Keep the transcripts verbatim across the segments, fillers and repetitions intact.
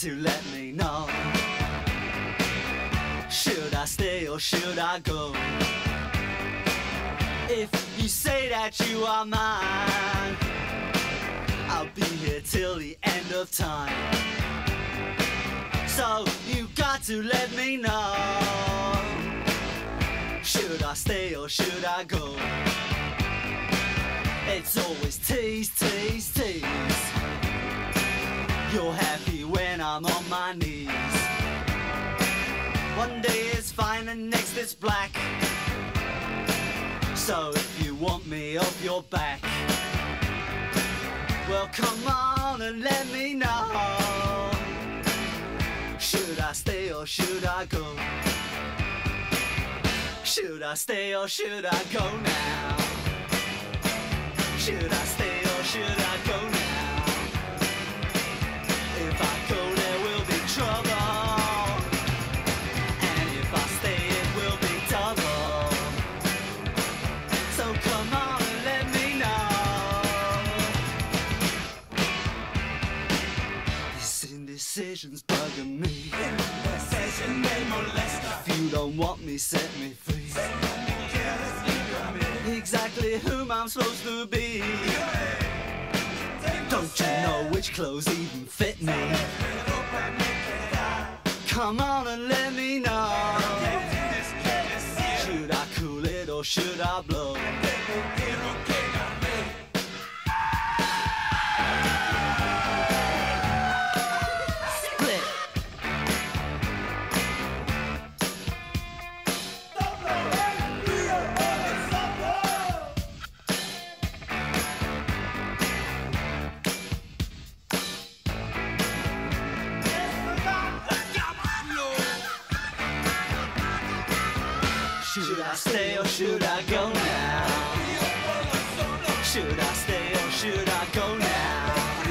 to let me know. Should I stay or should I go? If you say that you are mine, I'll be here till the end of time. So you got to let me know. Should I stay or should I go? It's always tease, tease, tease. You're happy when I'm on my knees. One day it's fine and next it's black. So if you want me off your back, well come on and let me know. Should I stay or should I go? Should I stay or should I go now? Should I stay or should I go now? If I go there will be trouble, and if I stay it will be double. So come on and let me know. This indecision's bugging me. Indecision may molest. If you don't want me, set me free. Exactly whom I'm supposed to be. Don't you know which clothes even fit me? Come on and let me know. Should I cool it or should I blow? Should I stay or should I go now? Should I stay or should I go now?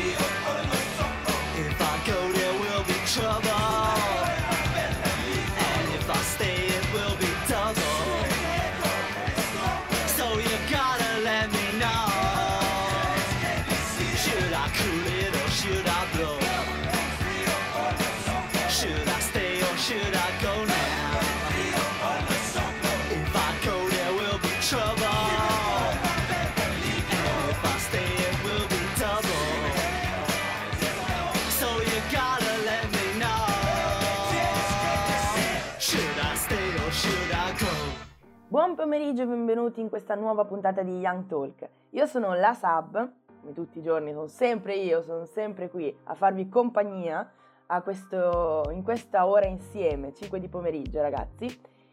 If I go there will be trouble, and if I stay it will be double. So you gotta let me know. Should I cool it or should I blow? Should I stay or should I go now? Buon pomeriggio e benvenuti in questa nuova puntata di Young Talk. Io sono la Sab, come tutti i giorni sono sempre io, sono sempre qui a farvi compagnia a questo, in questa ora insieme, cinque di pomeriggio ragazzi.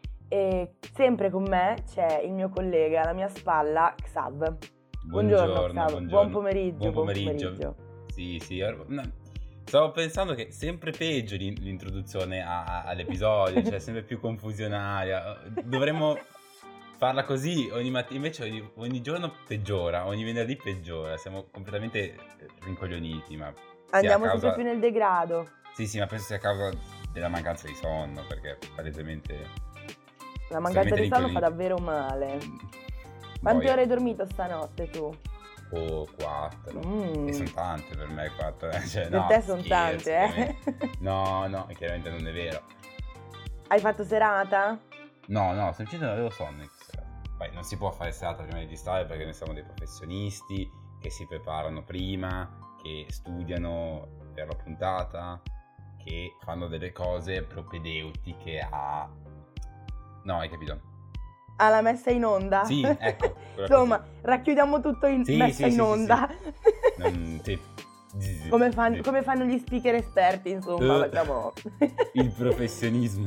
E sempre con me c'è il mio collega alla mia spalla, Xav. Buongiorno, Buongiorno Xav, buongiorno. buon pomeriggio, buon buon pomeriggio. pomeriggio. Sì, sì, no, stavo pensando che è sempre peggio l'introduzione a, a, all'episodio, cioè sempre più confusionaria. Dovremmo farla così ogni mattina, invece ogni, ogni giorno peggiora, ogni venerdì peggiora, siamo completamente rincoglioniti, ma andiamo causa... sempre più nel degrado. Sì, sì, ma penso sia a causa della mancanza di sonno, perché palesemente la mancanza di sonno fa davvero male. Quante Poi... ore hai dormito stanotte tu? Oh, quattro. Mm. E sono tante per me quattro, eh. Cioè, per no, te sono scherzo, tante, eh? No, no, chiaramente non è vero. Hai fatto serata? No, no, semplicemente non avevo sonno. Poi non si può fare serata prima di registrare perché noi siamo dei professionisti che si preparano prima, che studiano per la puntata, che fanno delle cose propedeutiche a... No, hai capito? Alla messa in onda? Sì, ecco. Insomma, così. Racchiudiamo tutto in sì, messa sì, in sì, onda. Sì, sì. Non, sì. Come, fanno, come fanno gli speaker esperti, insomma, uh, facciamo... il professionismo.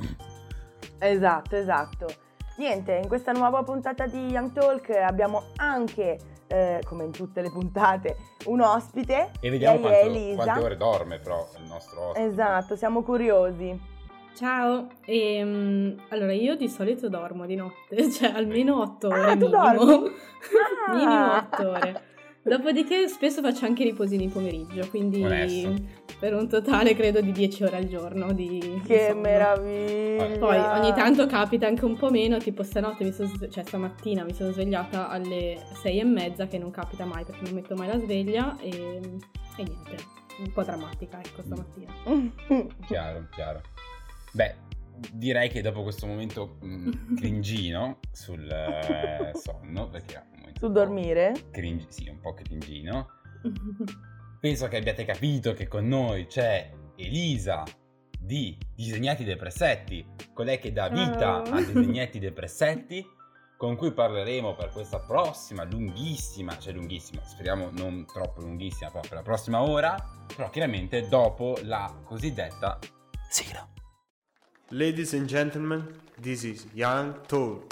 Esatto, esatto. Niente, in questa nuova puntata di Young Talk abbiamo anche, eh, come in tutte le puntate, un ospite. E vediamo lei quanto, è Elisa. quante ore dorme però il nostro ospite. Esatto, siamo curiosi. Ciao, ehm, allora io di solito dormo di notte, cioè almeno otto ore ah, tu minimo. Dormi? Ah. Minimo otto ore. Dopodiché spesso faccio anche riposini pomeriggio, quindi Onesto. Per un totale credo di dieci ore al giorno di Che sonno. meraviglia! Poi ogni tanto capita anche un po' meno, tipo stanotte mi sono, cioè stamattina mi sono svegliata alle sei e mezza, che non capita mai perché non metto mai la sveglia e, e niente. un po' drammatica, ecco, stamattina. Chiaro, chiaro. Beh, direi che dopo questo momento mh, cringino sul eh, sonno, perché è un momento Sul un po' dormire? cringi- sì, un po' cringino, penso che abbiate capito che con noi c'è Elisa di Disegnati Depressetti, colei che dà vita Ciao. a Disegnati Depressetti, con cui parleremo per questa prossima lunghissima, cioè lunghissima, speriamo non troppo lunghissima, però per la prossima ora, però chiaramente dopo la cosiddetta sigla. Ladies and gentlemen, this is Young Talk.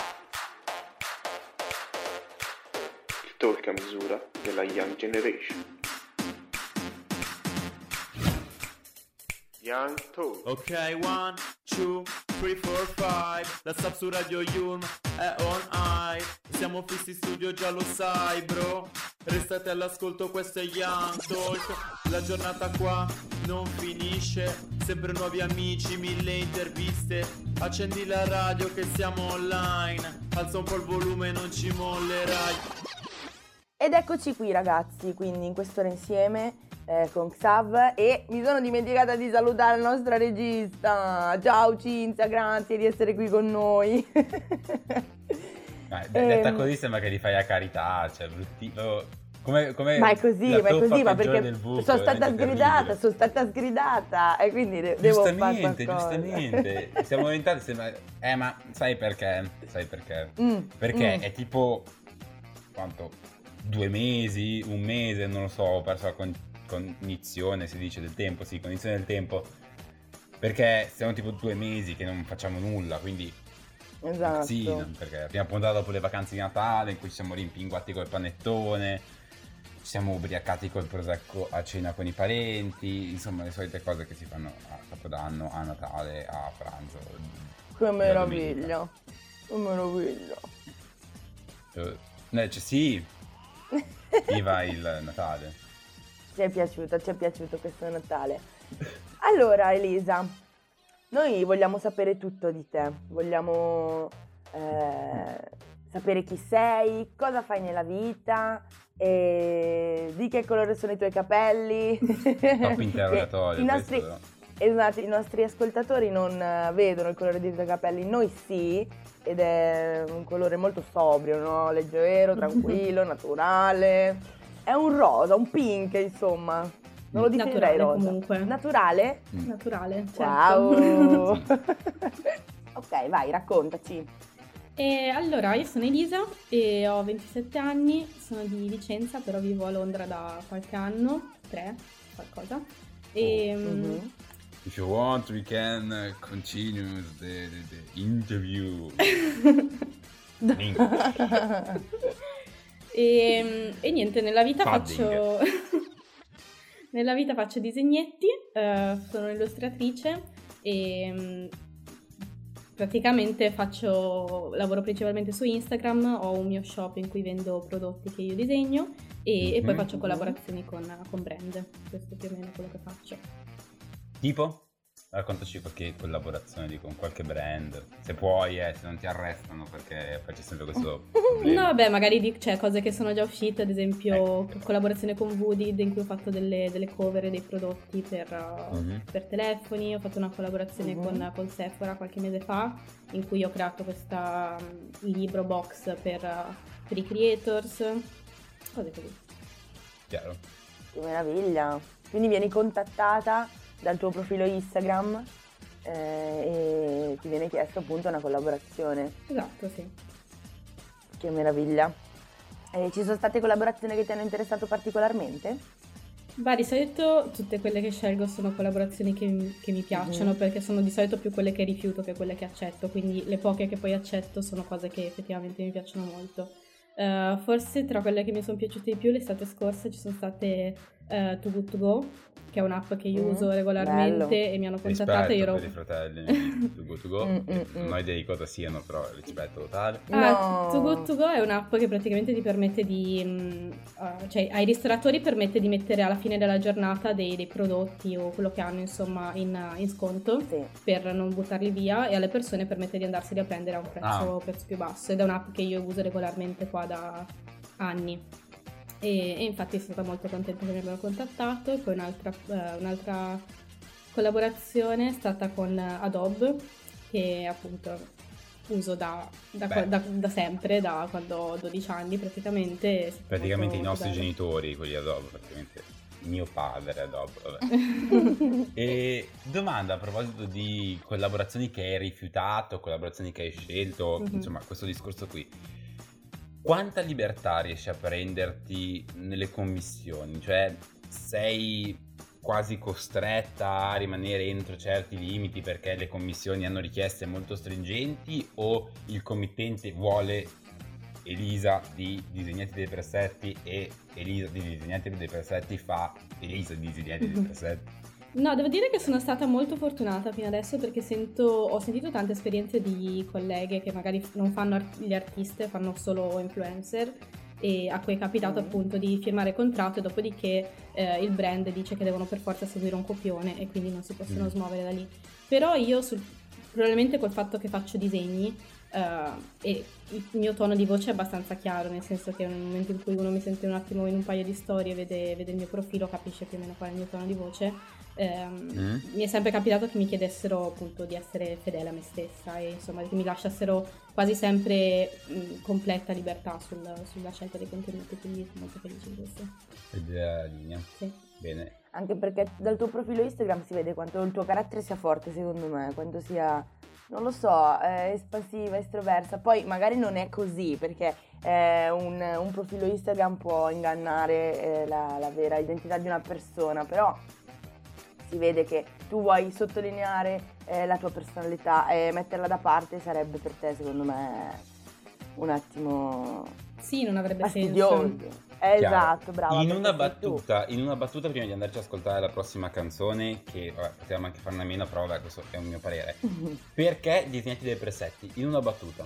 Il talk a misura della Young Generation. Young Talk. Ok, one, two, three, four, five. La Sub su Radio Yulm è on high. Siamo fissi in studio, già lo sai, bro. Restate all'ascolto, questo è Young Talk. La giornata qua non finisce. Sempre nuovi amici, mille interviste. Accendi la radio che siamo online. Alza un po' il volume, non ci mollerai. Ed eccoci qui ragazzi, quindi in quest'ora insieme eh, con Xav, e mi sono dimenticata di salutare la nostra regista. Ciao Cinzia, grazie di essere qui con noi. Ma de- detta Ehm. così sembra che li fai a carità, cioè brutti... oh, come, come Ma è così, la ma è toppa così, ma peggiore perché del buco, sono stata veramente sgridata, terribile. sono stata sgridata e quindi de- devo fare Giustamente, qualcosa. giustamente. Siamo diventati... sembra- Eh, ma sai perché? Sai perché? Mm, Perché mm. è tipo... Quanto? Due mesi, un mese, non lo so, ho perso la con- cognizione, si dice, del tempo, sì, cognizione del tempo. Perché siamo tipo due mesi che non facciamo nulla, quindi... Esatto. Sì, perché la prima puntata dopo le vacanze di Natale in cui ci siamo rimpinguati col panettone, ci siamo ubriacati col prosecco a cena con i parenti, insomma le solite cose che si fanno a Capodanno, a Natale, a pranzo. Che la meraviglia, che meraviglia. domenica. Eh, cioè, sì, viva il Natale. Ci è piaciuto, ci è piaciuto questo Natale. Allora Elisa, noi vogliamo sapere tutto di te, vogliamo eh, sapere chi sei, cosa fai nella vita, e di che colore sono i tuoi capelli. Top interrogatorio, Che I nostri, questo, esatto, i nostri ascoltatori non eh, vedono il colore dei tuoi capelli, noi sì, ed è un colore molto sobrio, no? Leggero, tranquillo, naturale. È un rosa, un pink, insomma. Non lo definirei Naturale, rosa. comunque. Naturale? Mm. Naturale, certo. Wow! Ok, vai, raccontaci. E allora, io sono Elisa e ho ventisette anni, sono di Vicenza, però vivo a Londra da qualche anno, tre, qualcosa. E Mhm. If you want, we can uh, continue the, the, the interview. E, e niente, nella vita Padding. faccio nella vita faccio disegnetti, eh, sono illustratrice e mm, praticamente faccio lavoro principalmente su Instagram, ho un mio shop in cui vendo prodotti che io disegno e, e poi Mhm. faccio collaborazioni con, con brand, questo è più o meno quello che faccio. Tipo? Raccontaci qualche collaborazione di con qualche brand, se puoi, eh, se non ti arrestano, perché poi c'è sempre questo problema. No, vabbè, magari di, cioè, cose che sono già uscite, ad esempio Ecco. collaborazione con Woodid in cui ho fatto delle, delle cover dei prodotti per, uh, Mhm. per telefoni, ho fatto una collaborazione Mhm. con, con Sephora qualche mese fa in cui ho creato questa um, libro box per, uh, per i creators, cose così. Chiaro. Che meraviglia. Quindi vieni contattata dal tuo profilo Instagram eh, e ti viene chiesto appunto una collaborazione. Esatto, sì. Che meraviglia. E ci sono state collaborazioni che ti hanno interessato particolarmente? Beh, di solito tutte quelle che scelgo sono collaborazioni che, mi- che mi piacciono Mhm. perché sono di solito più quelle che rifiuto che quelle che accetto, quindi le poche che poi accetto sono cose che effettivamente mi piacciono molto. Eh, forse tra quelle che mi sono piaciute di più l'estate scorsa ci sono state eh, Too Good To Go, che è un'app che io Mm, uso regolarmente bello. e mi hanno contattato e io Rispetto ero... per i fratelli di Too Good To Go, Mm, che mm, non mm. ho idea di cosa siano, però rispetto totale. Ah, No. Too Good To Go è un'app che praticamente ti permette di, mm, uh, cioè ai ristoratori permette di mettere alla fine della giornata dei, dei prodotti o quello che hanno insomma in, in sconto Sì. per non buttarli via e alle persone permette di andarseli a prendere a un prezzo, Ah. prezzo più basso ed è un'app che io uso regolarmente qua da anni. e, e infatti sono stata molto contenta che mi abbiano contattato. E poi un'altra, eh, un'altra collaborazione è stata con Adobe, che appunto uso da, da, Beh. da, da sempre, da quando ho dodici anni praticamente. Praticamente molto i nostri bello. genitori, quelli Adobe, praticamente mio padre Adobe, vabbè. E domanda a proposito di collaborazioni che hai rifiutato, collaborazioni che hai scelto, Mhm. insomma questo discorso qui. Quanta libertà riesci a prenderti nelle commissioni? Cioè sei quasi costretta a rimanere entro certi limiti perché le commissioni hanno richieste molto stringenti, o il committente vuole Elisa di Disegnati dei Pressetti e Elisa di Disegnati dei Pressetti fa Elisa di Disegnati dei Mhm. Pressetti? No, devo dire che sono stata molto fortunata fino adesso, perché sento, ho sentito tante esperienze di colleghe che magari non fanno art- gli artiste, fanno solo influencer, e a cui è capitato Mm. appunto di firmare contratto e dopodiché eh, il brand dice che devono per forza seguire un copione e quindi non si possono Mm. smuovere da lì. Però io sul- probabilmente col fatto che faccio disegni eh, e il mio tono di voce è abbastanza chiaro, nel senso che nel momento in cui uno mi sente un attimo in un paio di storie, vede, vede il mio profilo, capisce più o meno qual è il mio tono di voce. Ehm, Mm. Mi è sempre capitato che mi chiedessero appunto di essere fedele a me stessa e insomma che mi lasciassero quasi sempre mh, completa libertà sul- sulla scelta dei contenuti, quindi sono molto felice di questo. Vedi la linea. Sì. Bene. Anche perché dal tuo profilo Instagram si vede quanto il tuo carattere sia forte, secondo me, quanto sia, non lo so, eh, espansiva, estroversa. Poi magari non è così, perché eh, un, un profilo Instagram può ingannare eh, la, la vera identità di una persona, però si vede che tu vuoi sottolineare eh, la tua personalità e metterla da parte sarebbe per te, secondo me, un attimo Sì, non avrebbe fastidioso. senso. Eh, Chiaro. esatto, brava. In perché una, sei tu. battuta, in una battuta, prima di andarci ad ascoltare la prossima canzone, che vabbè, potevamo anche farne meno, però vabbè, questo è un mio parere. Perché Disegnati dei Pressetti? In una battuta.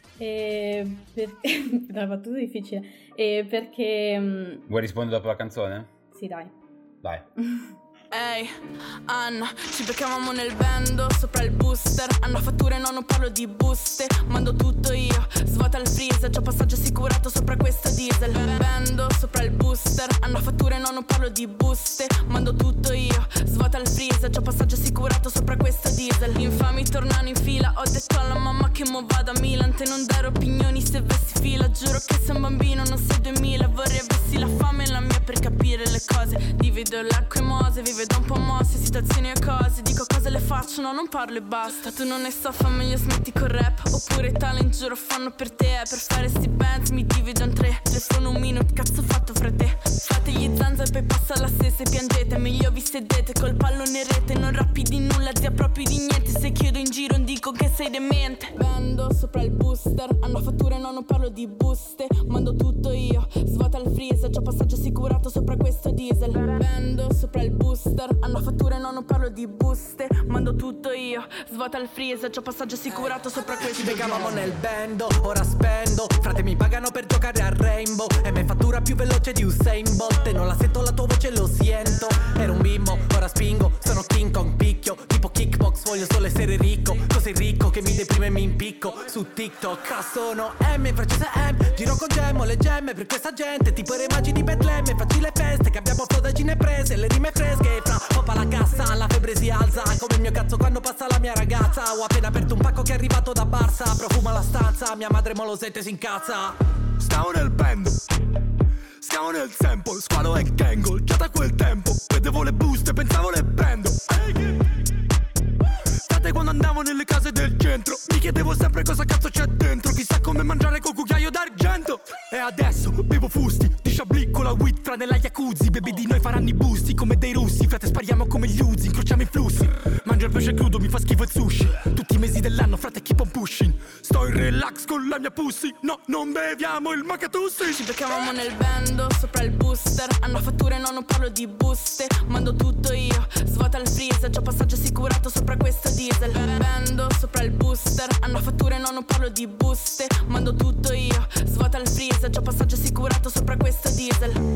E per... la battuta è difficile. E perché mh, Vuoi rispondere dopo la canzone? sì, dai. Vai. Ehi, Anna, ci beccavamo nel bando sopra il booster. Hanno fatture, no, non parlo di buste. Mando tutto io, svuota il freezer. Già passaggio assicurato sopra questo diesel. Bando sopra il booster. Hanno fatture, no, non parlo di buste. Mando tutto io, svuota il freezer. Già passaggio assicurato sopra questo diesel. Infami tornano in fila. Ho detto alla mamma che mo vado a Milan. Te non dare opinioni se vesti fila. Giuro che sei un bambino, non sei duemila. Vorrei avessi la fame e la mia per capire le cose. Divido l'acqua e mose, vive da un po' mosse, situazioni e cose. Dico cose le faccio, no, non parlo e basta. Tu non ne so, fa meglio smetti col rap. Oppure talent, giuro, fanno per te. Per fare sti bands mi divido in tre. Telefono un minuto, cazzo fatto fra te. Fate gli zanza e poi passa la stessa e piangete. Meglio vi sedete col pallone rete. Non rappi di nulla, zia, proprio di niente. Se chiedo in giro dico che sei demente. Vendo sopra il booster. Hanno fatture, no, non parlo di buste. Mando tutto io, svuota il freezer. Già passaggio assicurato sopra questo diesel. Vendo sopra il booster. Hanno fatture, no, non parlo di buste. Mando tutto io, svuota il freezer. Già passaggio assicurato sopra questo Ci beccavamo diesel. nel bando, ora spendo. Frate mi pagano per giocare a Rainbow. E me fattura più veloce di Usain Bolt. E non la sento la tua voce, lo sento. Ero un bimbo, ora spingo. Sono King Kong, picchio. Tipo kickbox, voglio solo essere ricco. Così ricco che mi deprime e mi impicco. Su TikTok ah, sono M, in francese M. Giro con gemmo, le gemme per questa gente. Tipo i re magi di Betlemme. Facci le feste che abbiamo flodagine prese. Le rime fresche, fra poppa la cassa. La febbre si alza, come il mio cazzo quando passa la mia ragazza. Ho appena aperto un pacco che è arrivato da Barça. Profuma la stanza, mia madre molosette si incazza. Stavo nel band, stavo nel sample, squalo e tangle. Già da quel tempo, vedevo le buste, pensavo le prendo. State quando andavo nelle case del centro, mi chiedevo sempre cosa cazzo c'è dentro. Chissà come mangiare col cucchiaio d'argento. E adesso bevo fusti, di Chablis con la wittra nella jacuzzi. Baby di noi faranno i busti come dei russi. Frate spariamo come gli uzi, incrociamo i flussi. Mangio il pesce crudo, mi fa schifo il sushi. Tutti i mesi dell'anno, frate, keep on pushing. Sto in relax con la mia pussy. No, non beviamo il macatussi. Ci beccavamo nel bando sopra il booster. Hanno fatture, no, non parlo di buste. Mando tutto io, svuota il freezer. Già passaggio assicurato sopra questo diesel. Bando sopra il booster. Hanno fatture, no, non parlo di buste. Mando tutto io, svuota il freezer. Già passaggio assicurato sopra questo diesel.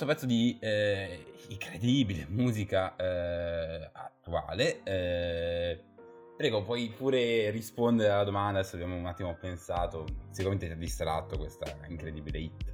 questo pezzo di eh, incredibile musica eh, attuale, eh, prego, puoi pure rispondere alla domanda, adesso abbiamo un attimo pensato, sicuramente ti ha distratto questa incredibile hit.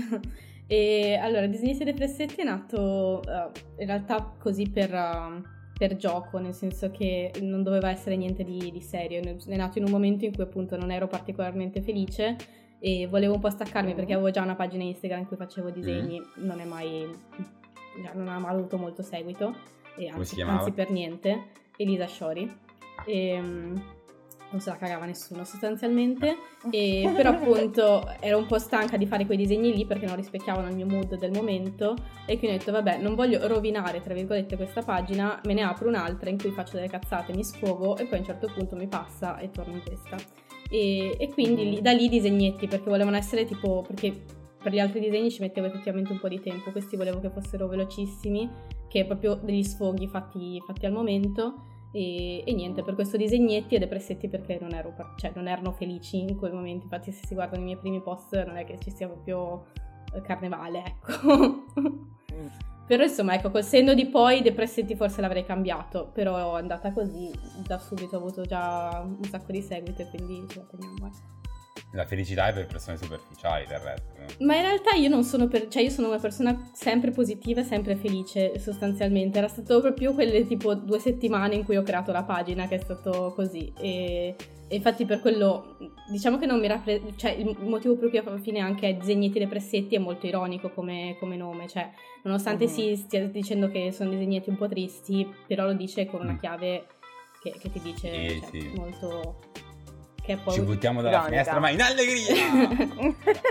E allora, Disegnetti dei Pressetti è nato uh, in realtà così per, uh, per gioco, nel senso che non doveva essere niente di, di serio, è nato in un momento in cui appunto non ero particolarmente felice e volevo un po' staccarmi perché avevo già una pagina Instagram in cui facevo disegni, mm. non è mai, non ha mai avuto molto seguito, e anzi, anzi per niente, Elisa Shori, e um, non se la cagava nessuno sostanzialmente, e però appunto ero un po' stanca di fare quei disegni lì perché non rispecchiavano il mio mood del momento, e quindi ho detto vabbè, non voglio rovinare tra virgolette questa pagina, me ne apro un'altra in cui faccio delle cazzate, mi sfogo e poi a un certo punto mi passa e torno in questa, e, e quindi lì, da lì disegnetti, perché volevano essere tipo, perché per gli altri disegni ci mettevo effettivamente un po' di tempo, questi volevo che fossero velocissimi, che proprio degli sfoghi fatti, fatti al momento. E, e niente, per questo disegnetti e depressetti perché non, ero, cioè, non erano felici in quel momento, infatti se si guardano i miei primi post non è che ci sia proprio carnevale, ecco. Però insomma, ecco, col senno di poi depressetti forse l'avrei cambiato, però è andata così, da subito ho avuto già un sacco di seguito e quindi ce la teniamo. La felicità è per persone superficiali del resto, no? Ma in realtà io non sono per, cioè io sono una persona sempre positiva e sempre felice sostanzialmente. Era stato proprio quelle tipo due settimane in cui ho creato la pagina che è stato così, e, e infatti per quello diciamo che non mi rappre- cioè il motivo proprio alla fine anche è Disegnetti Depressetti è molto ironico come, come nome, cioè nonostante uh-huh. si stia dicendo che sono disegnetti un po' tristi, però lo dice con una mm. chiave che, che ti dice sì, cioè, sì. molto... Che poi ci buttiamo dalla ironica. Finestra, ma in allegria!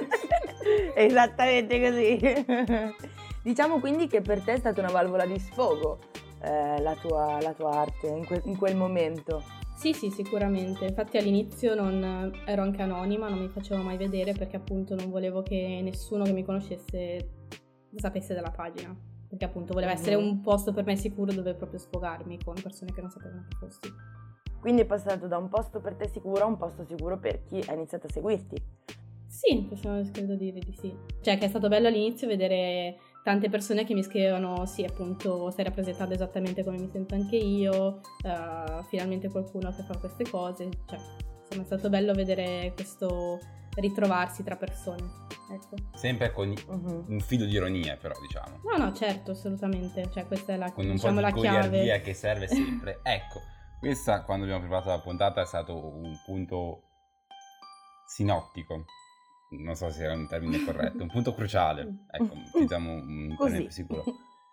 Esattamente così. Diciamo quindi che per te è stata una valvola di sfogo eh, la, tua, la tua arte in, que- in quel momento. Sì, sì, sicuramente. Infatti all'inizio non ero anche anonima, non mi facevo mai vedere perché appunto non volevo che nessuno che mi conoscesse sapesse della pagina. Perché appunto voleva mm-hmm. essere un posto per me sicuro dove proprio sfogarmi con persone che non sapevano che fossi. Quindi è passato da un posto per te sicuro a un posto sicuro per chi ha iniziato a seguirti. Sì, possiamo credo dire di sì. Cioè che è stato bello all'inizio vedere tante persone che mi scrivevano sì appunto stai rappresentando esattamente come mi sento anche io, uh, finalmente qualcuno che fa queste cose, cioè insomma è stato bello vedere questo ritrovarsi tra persone, ecco. Sempre con uh-huh. un filo di ironia però diciamo. No no certo assolutamente, cioè questa è la, con un diciamo, po' di la chiave. goliardia che serve sempre, ecco. Questa, quando abbiamo preparato la puntata, è stato un punto sinottico, non so se era un termine corretto, un punto cruciale, ecco, utilizziamo un termine più sicuro,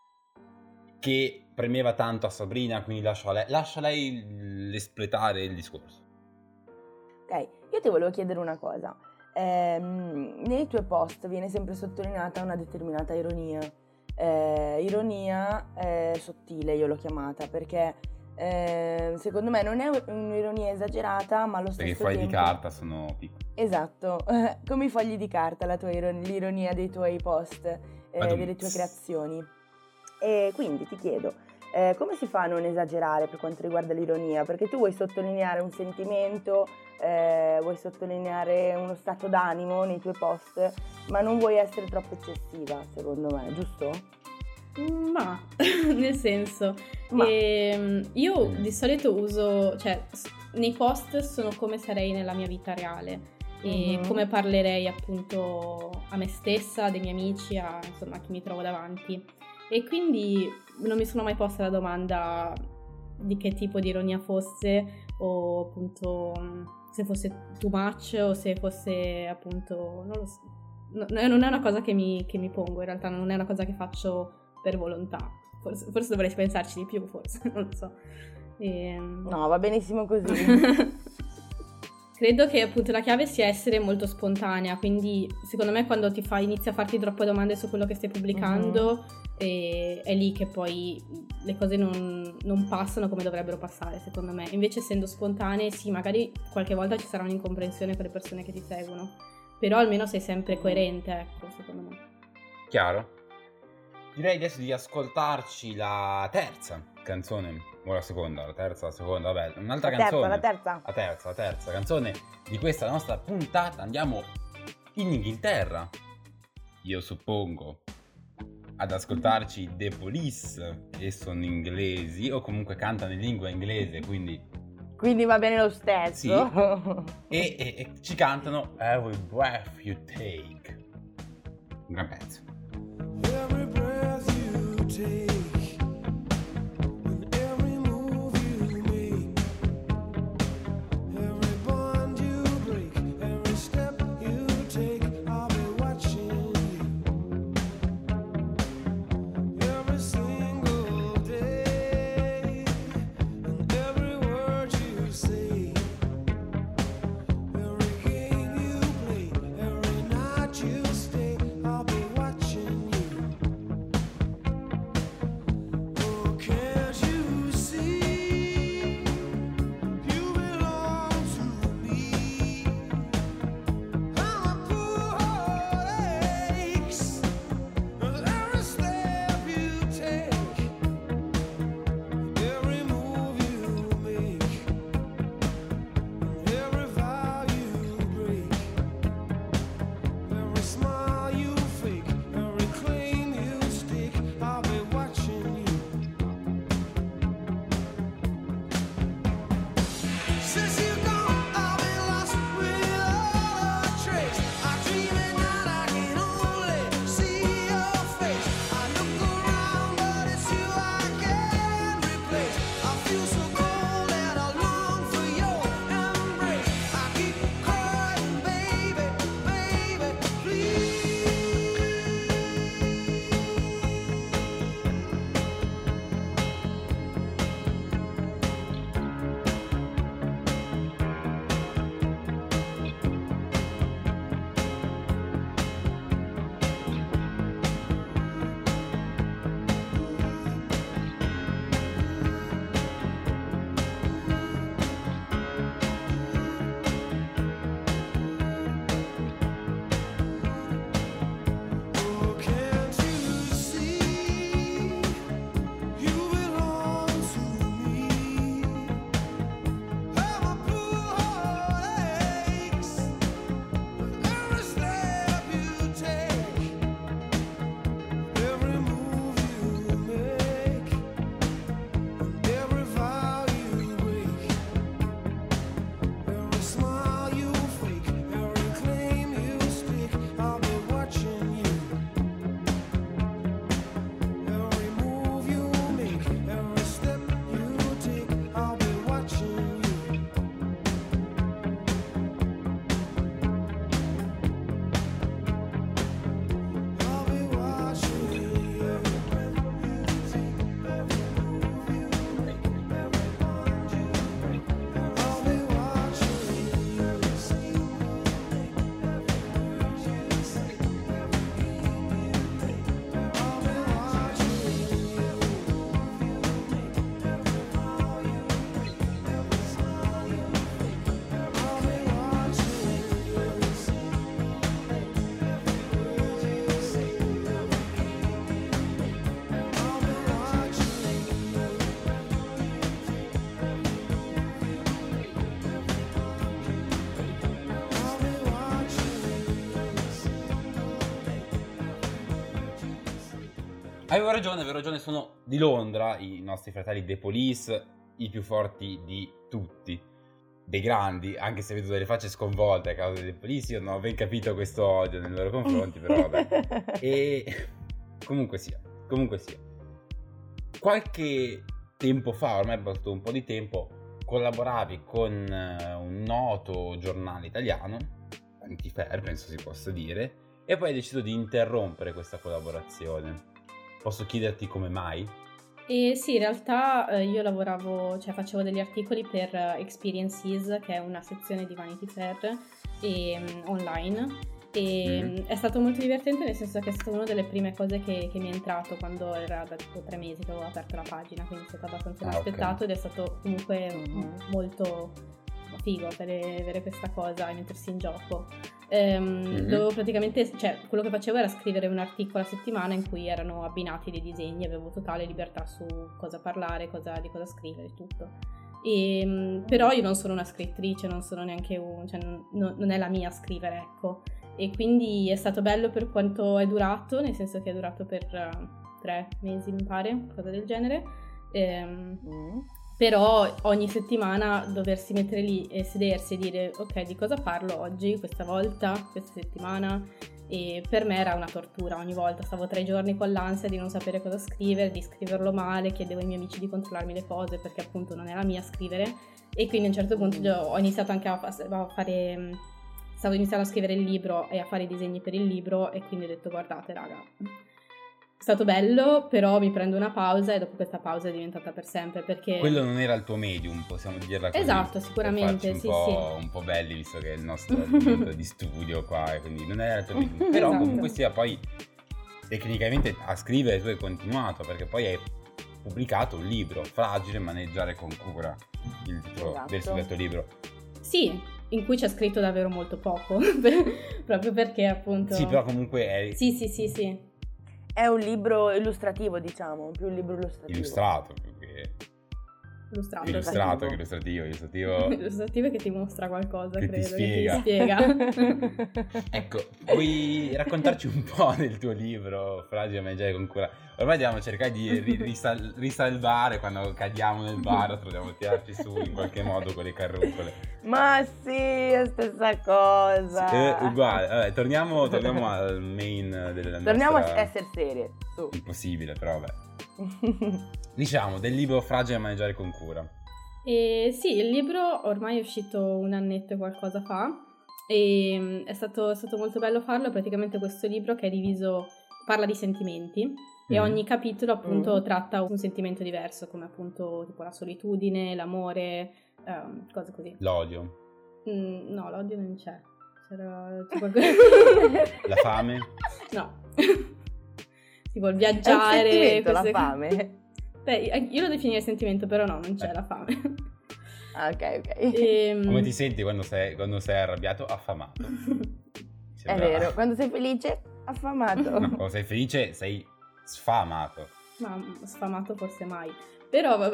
che premeva tanto a Sabrina, quindi lascio a lei, lascio a lei espletare il discorso. Ok, io ti volevo chiedere una cosa, ehm, nei tuoi post viene sempre sottolineata una determinata ironia, eh, ironia eh, sottile io l'ho chiamata, perché... Eh, secondo me non è un'ironia esagerata, ma allo stesso tempo... Perché i fogli di carta sono piccoli. Esatto, eh, come i fogli di carta, la tua iron- l'ironia dei tuoi post, eh, delle tue creazioni. E quindi ti chiedo, eh, come si fa a non esagerare per quanto riguarda l'ironia? Perché tu vuoi sottolineare un sentimento, eh, vuoi sottolineare uno stato d'animo nei tuoi post, ma non vuoi essere troppo eccessiva, secondo me, giusto? Ma, nel senso, Ma. Ehm, io di solito uso, cioè, nei post sono come sarei nella mia vita reale e mm-hmm. come parlerei appunto a me stessa, dei miei amici, a, insomma, a chi mi trovo davanti. E quindi non mi sono mai posta la domanda di che tipo di ironia fosse o appunto se fosse too much o se fosse appunto, non lo so, no, non è una cosa che mi, che mi pongo, in realtà non è una cosa che faccio per volontà, forse, forse dovrei pensarci di più, forse, non lo so. E... No, va benissimo così. Credo che appunto la chiave sia essere molto spontanea, quindi secondo me quando ti fai, inizi a farti troppe domande su quello che stai pubblicando, uh-huh. e, è lì che poi le cose non, non passano come dovrebbero passare, secondo me. Invece essendo spontanee, sì, magari qualche volta ci sarà un'incomprensione per le persone che ti seguono, però almeno sei sempre coerente, ecco, secondo me. Chiaro? Direi adesso di ascoltarci la terza canzone, o la seconda, la terza, la seconda, vabbè, un'altra la canzone. La terza, la terza. La terza canzone di questa nostra puntata. Andiamo in Inghilterra, io suppongo, ad ascoltarci The Police, che sono inglesi o comunque cantano in lingua inglese, quindi Quindi va bene lo stesso. sì, e, e- e ci cantano Every Breath You Take, un gran pezzo. Every breath you take, and every move you make, every bond you break, every step you take, I'll be watching you. Every single day, and every word you say, every game you play, every night you stay, I'll be watching you. Oh, can't you see? You belong to me. I'm a poor heart aches with every step you take, every move you make, every vow you break, every smile you fake, every claim you stick, I'll be watching you. Since you've gone, I've been lost without a trace. I dream at night, I can only see your face. I look around, but it's you I can't replace. I feel so cold and I long for your embrace. I keep crying, baby, baby, please. Oh, can't you see? You belong to me. I'm a poor heart aches with every step you take, every move you make, and every vow you break, every smile you fake, every claim you stick, I'll be watching you. Every move you make, every step you take, I'll be watching you. I'll be watching you. Every breath you take, every move you make, every bond you break, I'll be watching you. Every single day, every word you say, every game you play, I'll be watching you. Every move you make, every vow you break, every smile you fake, I'll be watching you. Every single day, every word you say, every game you play, I'll be watching you. Every breath you take, every move you make, every bond you break, I'll be watching you. Every single day, every word you say. Avevo ragione, avevo ragione, sono di Londra, i nostri fratelli The Police, i più forti di tutti, dei grandi, anche se vedo delle facce sconvolte a causa dei The Police, io non ho ben capito questo odio nei loro confronti, però vabbè. E comunque sia, comunque sia. Qualche tempo fa, ormai è passato un po' di tempo, collaboravi con eh, un noto giornale italiano, Antifair penso si possa dire, e poi hai deciso di interrompere questa collaborazione. Posso chiederti come mai? E sì, in realtà eh, io lavoravo, cioè facevo degli articoli per eh, Experiences, che è una sezione di Vanity Fair e, mm, online, e Mm. mm, è stato molto divertente, nel senso che è stata una delle prime cose che, che mi è entrato quando era da tipo tre mesi che avevo aperto la pagina, quindi è stato abbastanza Ah, ok. inaspettato ed è stato comunque mm, molto figo avere, avere questa cosa e mettersi in gioco. Ehm, Mhm. Dovevo praticamente, cioè quello che facevo era scrivere un articolo a settimana in cui erano abbinati dei disegni, avevo totale libertà su cosa parlare, cosa, di cosa scrivere, tutto. E, mm, però io non sono una scrittrice, non sono neanche un, cioè non, non- non è la mia scrivere, ecco. e quindi è stato bello per quanto è durato, nel senso che è durato per uh, tre mesi mi pare, qualcosa del genere. Ehm, Mm. Però ogni settimana doversi mettere lì e sedersi e dire ok, di cosa parlo oggi, questa volta, questa settimana, e per me era una tortura ogni volta, stavo tre giorni con l'ansia di non sapere cosa scrivere, di scriverlo male, chiedevo ai miei amici di controllarmi le cose perché appunto non era mia scrivere, e quindi a un certo punto io ho iniziato anche a, a fare, stavo iniziando a scrivere il libro e a fare i disegni per il libro, e quindi ho detto guardate raga, è stato bello, però mi prendo una pausa, e dopo questa pausa è diventata per sempre, perché Quello non era il tuo medium, possiamo dirla così. Esatto, Per sicuramente, farci sì, un po', sì. un po' belli, visto che è il nostro argomento di studio qua, e quindi non era il tuo medium. Però Esatto. comunque sia, poi tecnicamente a scrivere tu hai continuato, perché poi hai pubblicato un libro, Fragile, maneggiare con cura, il titolo Esatto. del suddetto libro. Sì, in cui c'è scritto davvero molto poco, proprio perché appunto... Sì, però comunque è Sì, sì, sì, sì. È un libro illustrativo, diciamo, più un libro illustrativo. illustrato, più che Illustrato. illustrato illustrativo. che illustrativo, illustrativo. Illustrativo è che ti mostra qualcosa, Che ti credo, spiega. che ti spiega. Ecco, vuoi raccontarci un po' del tuo libro, Fragile, maneggiare con cura? Ormai dobbiamo cercare di ri- risal- risalvare quando cadiamo nel bar, dobbiamo tirarci su in qualche modo con le carrucole. Ma sì, è stessa cosa. Eh, uguale, vabbè, torniamo, torniamo al main della nostra... Torniamo a essere serie, su. Impossibile, però vabbè. Diciamo, del libro Fragile, maneggiare con cura. E sì, il libro ormai è uscito un annetto e qualcosa fa, e mm, è stato, è stato molto bello farlo. Praticamente questo libro che è diviso, parla di sentimenti, e Mm. ogni capitolo appunto Mm. tratta un sentimento diverso, come appunto tipo la solitudine, l'amore, ehm, cose così. L'odio, Mm, no, l'odio non c'è. C'era c'è qualcosa... la fame. No. Tipo il È un viaggiare, sentimento, la queste- fame. Beh, io lo definirei sentimento, però no, non c'è Eh. la fame. Ah, ok, ok. Ehm, Come ti senti quando sei, quando sei arrabbiato? Affamato. È Sembra- vero, quando sei felice, affamato. No, quando sei felice sei sfamato. Ma sfamato forse mai. Però vabbè.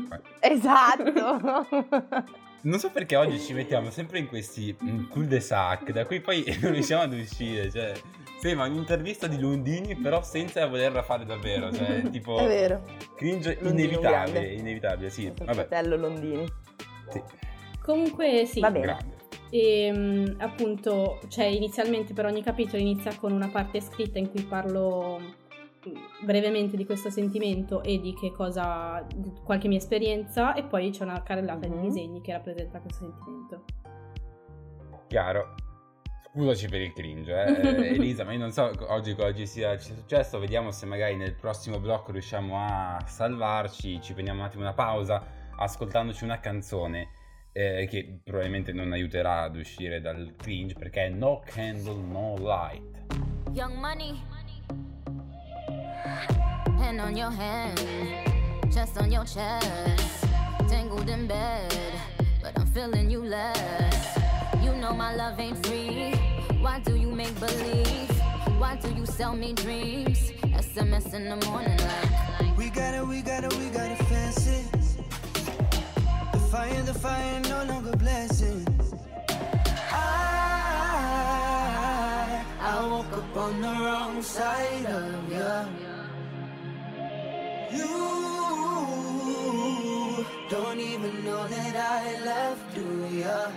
Esatto. Non so perché oggi ci mettiamo sempre in questi mm, cul-de-sac, da cui poi non riusciamo ad uscire, cioè sembra un'intervista di Lundini, però senza volerla fare davvero, cioè tipo È vero. cringe Lundini inevitabile, grande. inevitabile, sì, Il suo vabbè, fratello Londini. sì, Comunque sì. Va bene. grande. E mm, appunto, cioè inizialmente per ogni capitolo inizia con una parte scritta in cui parlo mm, brevemente di questo sentimento e di che cosa, di qualche mia esperienza, e poi c'è una carrellata Mhm. di disegni che rappresenta questo sentimento. Chiaro. Scusaci per il cringe, eh. Eh, Elisa, ma io non so oggi cosa ci sia ci sia successo, vediamo se magari nel prossimo blocco riusciamo a salvarci, ci prendiamo un attimo una pausa ascoltandoci una canzone eh, che probabilmente non aiuterà ad uscire dal cringe, perché è No Candle, No Light. Young money, hand on your hand, chest on your chest, tangled in bed, but I'm feeling you less. You know my love ain't free. Why do you make believe? Why do you sell me dreams? S M S in the morning like We got it, we got it, we got it fancy. The fire, the fire, no longer blessing. I, I woke up on the wrong side of you. You don't even know that I left, do ya?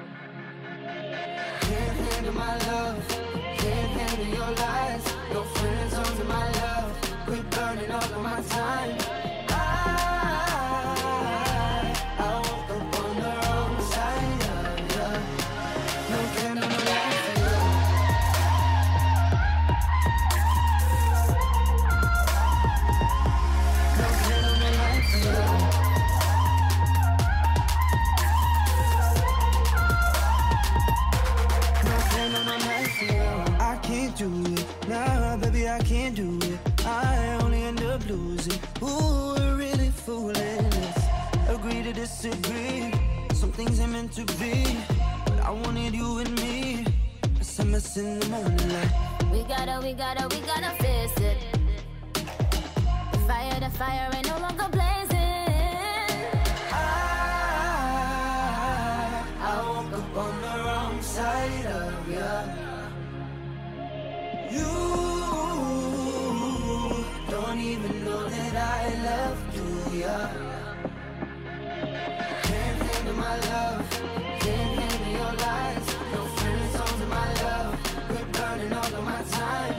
Can't handle my love, can't handle your lies. No friends only my love. Quit burning all of my time. I, I woke up on the wrong side of you. No candle, no light for you. No candle, no light for you. I can't do it, nah, baby, I can't do it. I only end up losing. Ooh, we're really fooling. Let's agree to disagree. Some things ain't meant to be, but I wanted you and me. S M S in the morning like we gotta, we gotta, we gotta face it. The fire, the fire ain't no longer blazing. I, I woke up on the wrong side of you. ya. Can't handle my love, can't handle your lies. No friends zones in my love, quit burning all of my time.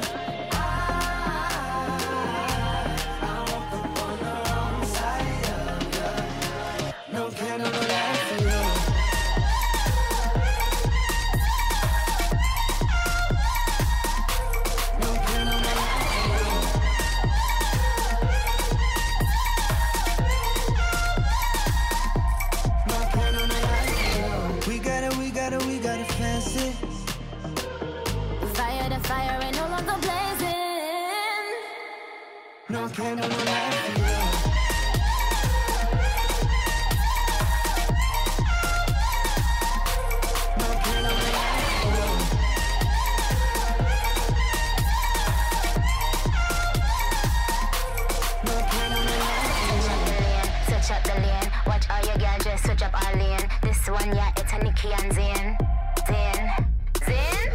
I, I woke up on the wrong side of ya. No candle, no light for you. No candle, no light for you. No candle, no light for you. We got it, we got it, we got it fancy. The fire, the fire ain't no longer blazing. No candle, no light for you. No candle, no light for you. No candle, no light for you. Switch up the lane, watch all your girls just switch up our lane. This one, yeah, it's a Nicki and Zayn. Zayn, Zayn.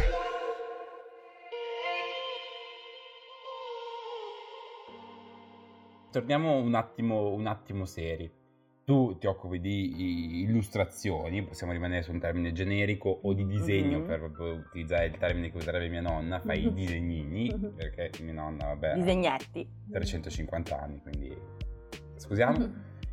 Torniamo un attimo, un attimo seri. Tu ti occupi di illustrazioni, possiamo rimanere su un termine generico, o di disegno, Mhm. per proprio utilizzare il termine che userebbe mia nonna, fai i disegnini, Mhm. perché mia nonna, vabbè, ha Disegnetti. trecentocinquanta anni, quindi scusiamo.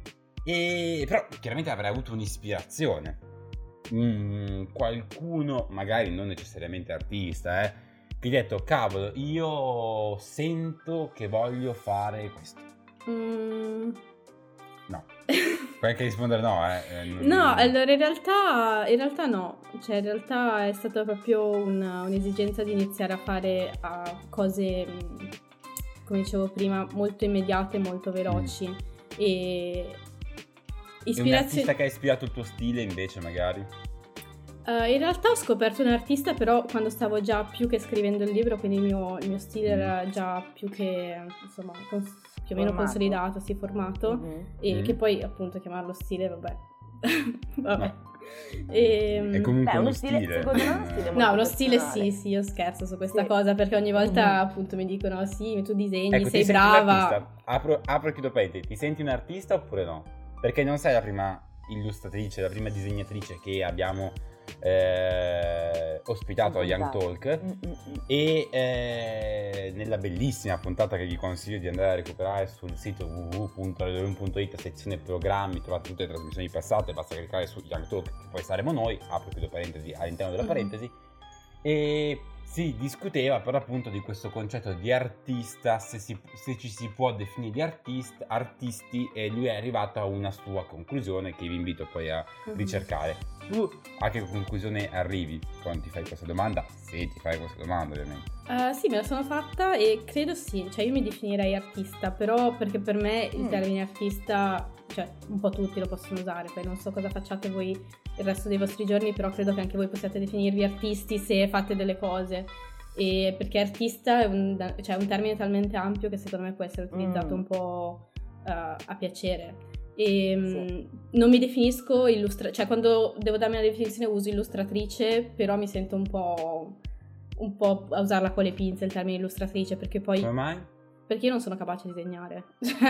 E però chiaramente avrai avuto un'ispirazione. Mm, qualcuno, magari non necessariamente artista, eh, ti ha detto, cavolo, io sento che voglio fare questo. Mm. No. Puoi anche rispondere no, eh. eh, non- No, allora in realtà, in realtà no, cioè in realtà è stata proprio una- un'esigenza di iniziare a fare a cose, mh, come dicevo prima, molto immediate, molto veloci e E un artista ispirazione. che ha ispirato il tuo stile invece magari? Eh, in realtà ho scoperto un artista però quando stavo già più che scrivendo il libro, quindi il mio, il mio stile era già più che, insomma, cons- più o meno Formato. consolidato, sì, formato, Mhm. e Mhm. che poi appunto chiamarlo stile, vabbè. Vabbè. No. Ehm, È comunque Beh, uno uno stile- stile. secondo me è uno stile molto No, uno stile personale. sì, sì, io scherzo su questa Sì. cosa perché ogni volta Mhm. appunto mi dicono sì, tu disegni, Ecco, ti sei senti un brava. artista? Apro, apro e chiudo parentesi. Ti senti un artista oppure no? Perché non sei la prima illustratrice, la prima disegnatrice che abbiamo eh, ospitato a Young Talk. Mm, mm, mm. E eh, nella bellissima puntata che vi consiglio di andare a recuperare sul sito w w w punto radio room punto it, sezione programmi, trovate tutte le trasmissioni passate, basta cliccare su Young Talk, che poi saremo noi, apro e chiudo parentesi all'interno della Mhm. parentesi, e si discuteva per appunto di questo concetto di artista, se, si- se ci si può definire di artist, artisti, e lui è arrivato a una sua conclusione che vi invito poi a Mhm. ricercare. Tu a che conclusione arrivi quando ti fai questa domanda? Se ti fai questa domanda, ovviamente. Eh, sì, me la sono fatta e credo sì, cioè io mi definirei artista, però perché per me il Mm. termine artista, cioè un po' tutti lo possono usare, poi non so cosa facciate voi il resto dei vostri giorni, però credo che anche voi possiate definirvi artisti se fate delle cose, e perché artista è un, cioè, un termine talmente ampio che secondo me può essere utilizzato Mm. un po' eh, a piacere. E Sì. mm, non mi definisco illustra- cioè quando devo darmi una definizione uso illustratrice, però mi sento un po' un po' a usarla con le pinze il termine illustratrice, perché poi Come mai? perché io non sono capace di disegnare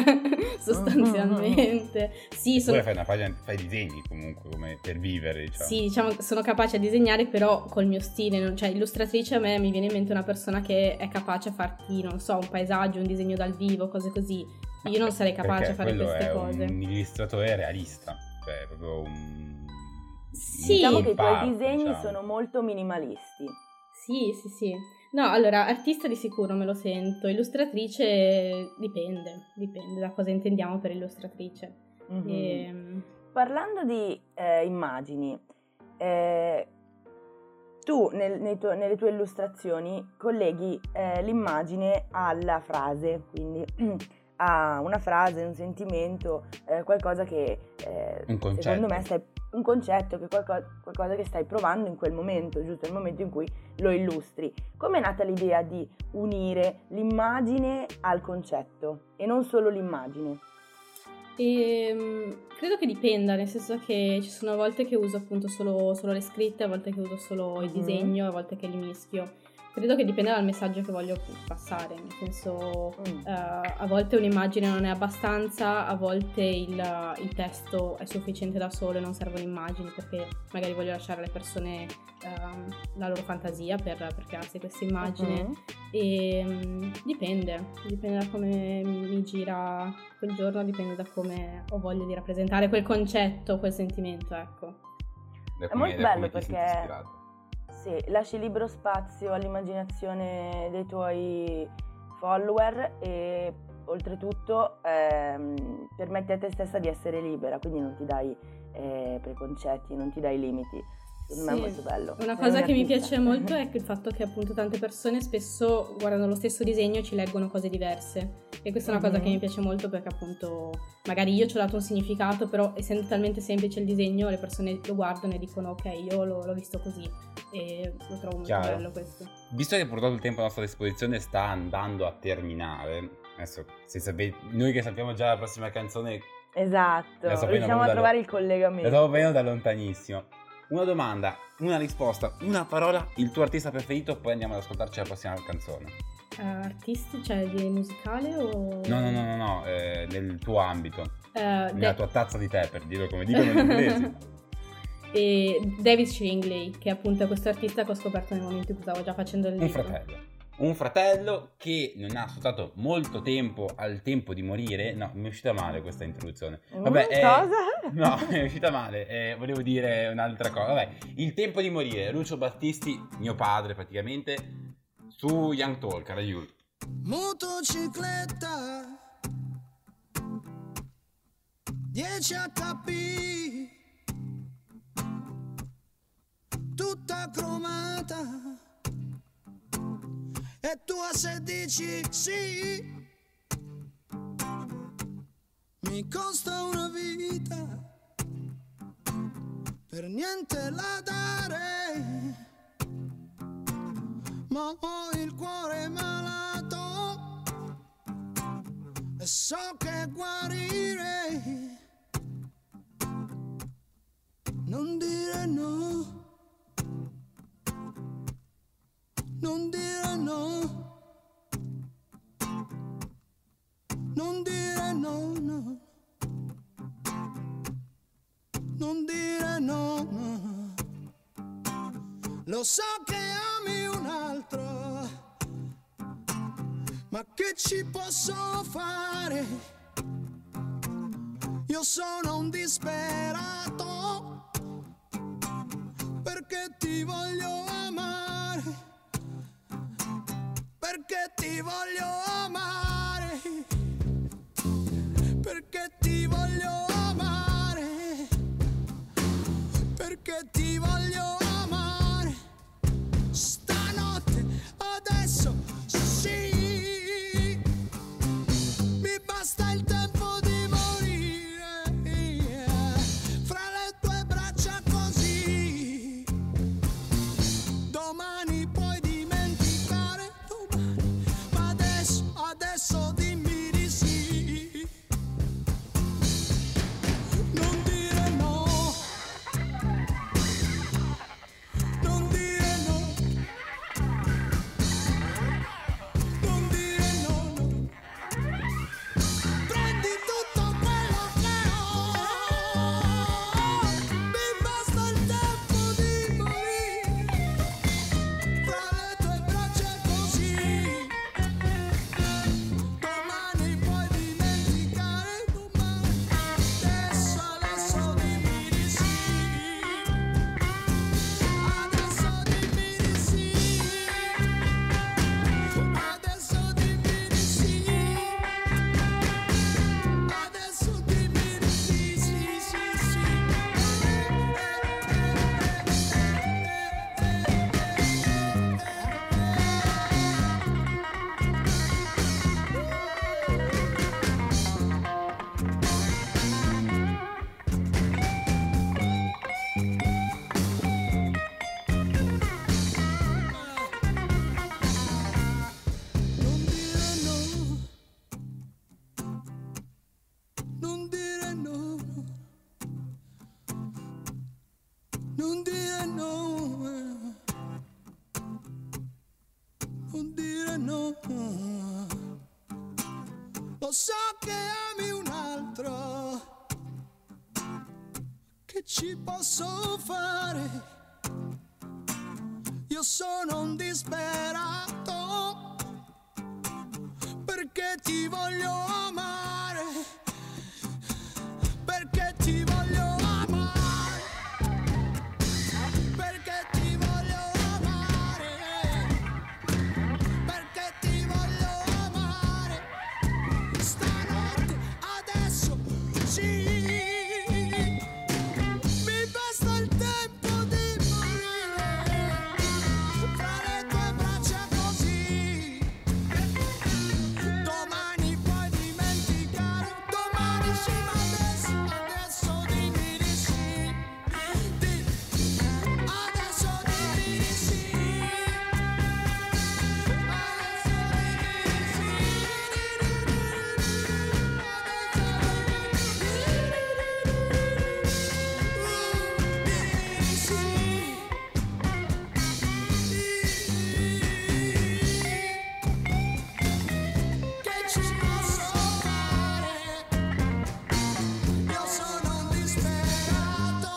sostanzialmente. Sì, sono, Oppure fai una pagina, fai disegni comunque come per vivere, diciamo. sì, diciamo che sono capace a disegnare, però col mio stile, non- cioè illustratrice a me mi viene in mente una persona che è capace a farti, non so, un paesaggio, un disegno dal vivo, cose così. Io non sarei capace Perché a fare quello queste è cose. un illustratore realista, cioè è proprio un... Sì. Diciamo in che i tuoi parte, disegni diciamo. sono molto minimalisti. Sì, sì, sì. No, allora, artista di sicuro me lo sento, illustratrice dipende, dipende da cosa intendiamo per illustratrice. Mhm. Ehm, Parlando di eh, immagini, eh, tu nel- nei tuo- nelle tue illustrazioni colleghi eh, l'immagine alla frase, quindi a una frase, un sentimento, eh, qualcosa che eh, Un concetto. secondo me stai, un concetto, che qualcosa, qualcosa che stai provando in quel momento, giusto nel momento in cui lo illustri. Come è nata l'idea di unire l'immagine al concetto e non solo l'immagine? Ehm, credo che dipenda, nel senso che ci sono volte che uso appunto solo, solo le scritte, a volte che uso solo il Mhm. disegno, a volte che li mischio. credo che dipenda dal messaggio che voglio passare, nel senso Mm. eh, a volte un'immagine non è abbastanza, a volte il, il testo è sufficiente da solo e non servono immagini, perché magari voglio lasciare alle persone ehm, la loro fantasia per, per crearsi questa immagine. Mhm. E mm, dipende, dipende da come mi gira quel giorno, dipende da come ho voglia di rappresentare quel concetto, quel sentimento, ecco. Da È come- molto da bello come ti senti perché ispirato. sì, lasci libero spazio all'immaginazione dei tuoi follower e oltretutto ehm, permetti a te stessa di essere libera, quindi non ti dai eh, preconcetti, non ti dai limiti. Secondo me Sì. è molto bello. Una Sei cosa un che mi artista. piace molto è che il fatto che appunto tante persone spesso guardano lo stesso disegno e ci leggono cose diverse, e questa è una cosa Mhm. che mi piace molto, perché appunto magari io ci ho dato un significato, però essendo talmente semplice il disegno le persone lo guardano e dicono ok, io l'ho, l'ho visto così, e lo trovo molto Chiaro. bello questo. Visto che purtroppo il tempo a nostra disposizione sta andando a terminare, adesso se sapete, noi che sappiamo già la prossima canzone Esatto, La so bene, riusciamo ma a da- trovare il la collegamento. stavo vedendo da lontanissimo. Una domanda, una risposta, una parola, il tuo artista preferito, poi andiamo ad ascoltarci la prossima canzone. Eh, artisti, cioè di musicale o... No, no, no, no, no, eh, nel tuo ambito, Eh, nella Da- tua tazza di tè, per dirlo come dicono gli inglesi. e David Shringley, che appunto è questo artista che ho scoperto nel momento in cui stavo già facendo il Un libro. fratello. Un fratello che non ha ascoltato molto tempo al tempo di morire. No, mi è uscita male questa introduzione. Vabbè, Mm, eh, cosa? no, mi è uscita male. eh, volevo dire un'altra cosa. Vabbè, il tempo di morire. Lucio Battisti, mio padre praticamente, su Young Talk, aiuto. Motocicletta dieci H P tutta cromata e tu a sedici sì mi costa una vita per niente la dare, ma ho il cuore malato e so che guarire. Non dire no, non dire no, non dire no, no, non dire no, no. Lo so che ami un altro, ma che ci posso fare? Io sono un disperato perché ti voglio amare, perché ti voglio amare, perché ti voglio amare, perché ti voglio amare. Stanotte, adesso, sì, mi basta il tempo di morire fra le tue braccia così. Domani puoi dimenticare, domani, ma adesso, adesso dimmi di che ci posso fare? Io sono un disperato perché ti voglio amare, perché ti voglio amare, perché ti voglio amare, perché ti voglio amare. Stanotte, adesso, sì. Mi basta il tempo di morire fra le tue braccia così. Domani puoi dimenticare, domani sì, ma adesso, adesso dimmi di sì. Di- adesso dimmi di sì. Adesso dimmi di che ci posso fare? Io sono un disperato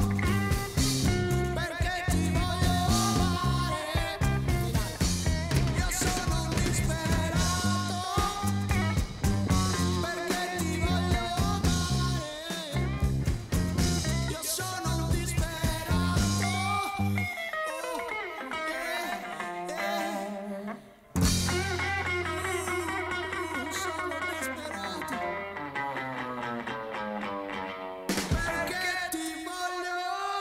perché ti voglio amare. Io sono un disperato perché ti voglio amare. Io sono un disperato. Sono disperato perché ti voglio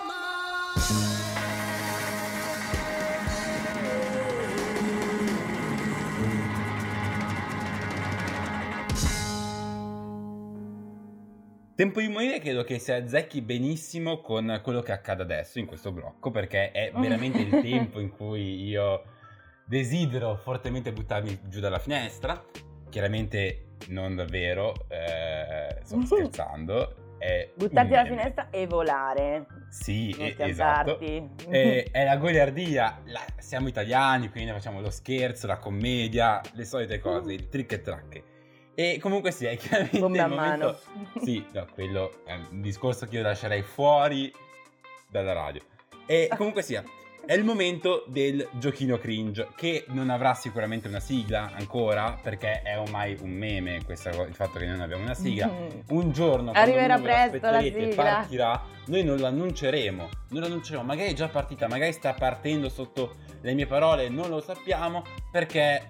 Tempo di morire credo che si azzecchi benissimo con quello che accade adesso in questo blocco, perché è veramente il tempo in cui io desidero fortemente buttarmi giù dalla finestra. Chiaramente non davvero, eh, sto scherzando. È Buttarti un dalla meme. finestra e volare. Sì, Non e- esatto. schiantarti. Eh, è la goliardia, la- siamo italiani, quindi facciamo lo scherzo, la commedia, le solite cose, il trick e track. E comunque sì, è chiaramente Bombe il a mano. momento... Sì, no, quello è un discorso che io lascerei fuori dalla radio. E comunque sia, è il momento del giochino cringe, che non avrà sicuramente una sigla ancora, perché è ormai un meme questa co- il fatto che non abbiamo una sigla. Un giorno, quando Arriverà voi ve presto la l'aspetterete, sigla. partirà, noi non l'annunceremo, non l'annunceremo, magari è già partita, magari sta partendo sotto le mie parole, non lo sappiamo, perché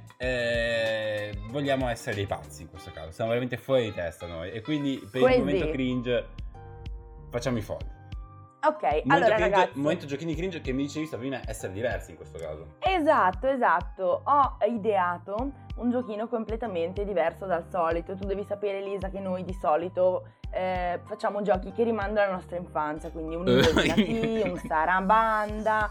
eh, vogliamo essere dei pazzi in questo caso, siamo veramente fuori di testa noi, e quindi per Crazy. il momento cringe facciamo i folli. Ok, Momento, allora cringe, ragazzi. momento giochini cringe che mi dicevi Sabrina essere diversi in questo caso. Esatto, esatto. Ho ideato un giochino completamente diverso dal solito. Tu devi sapere, Elisa, che noi di solito eh, facciamo giochi che rimandano alla nostra infanzia, quindi un indovinati, un sarabanda,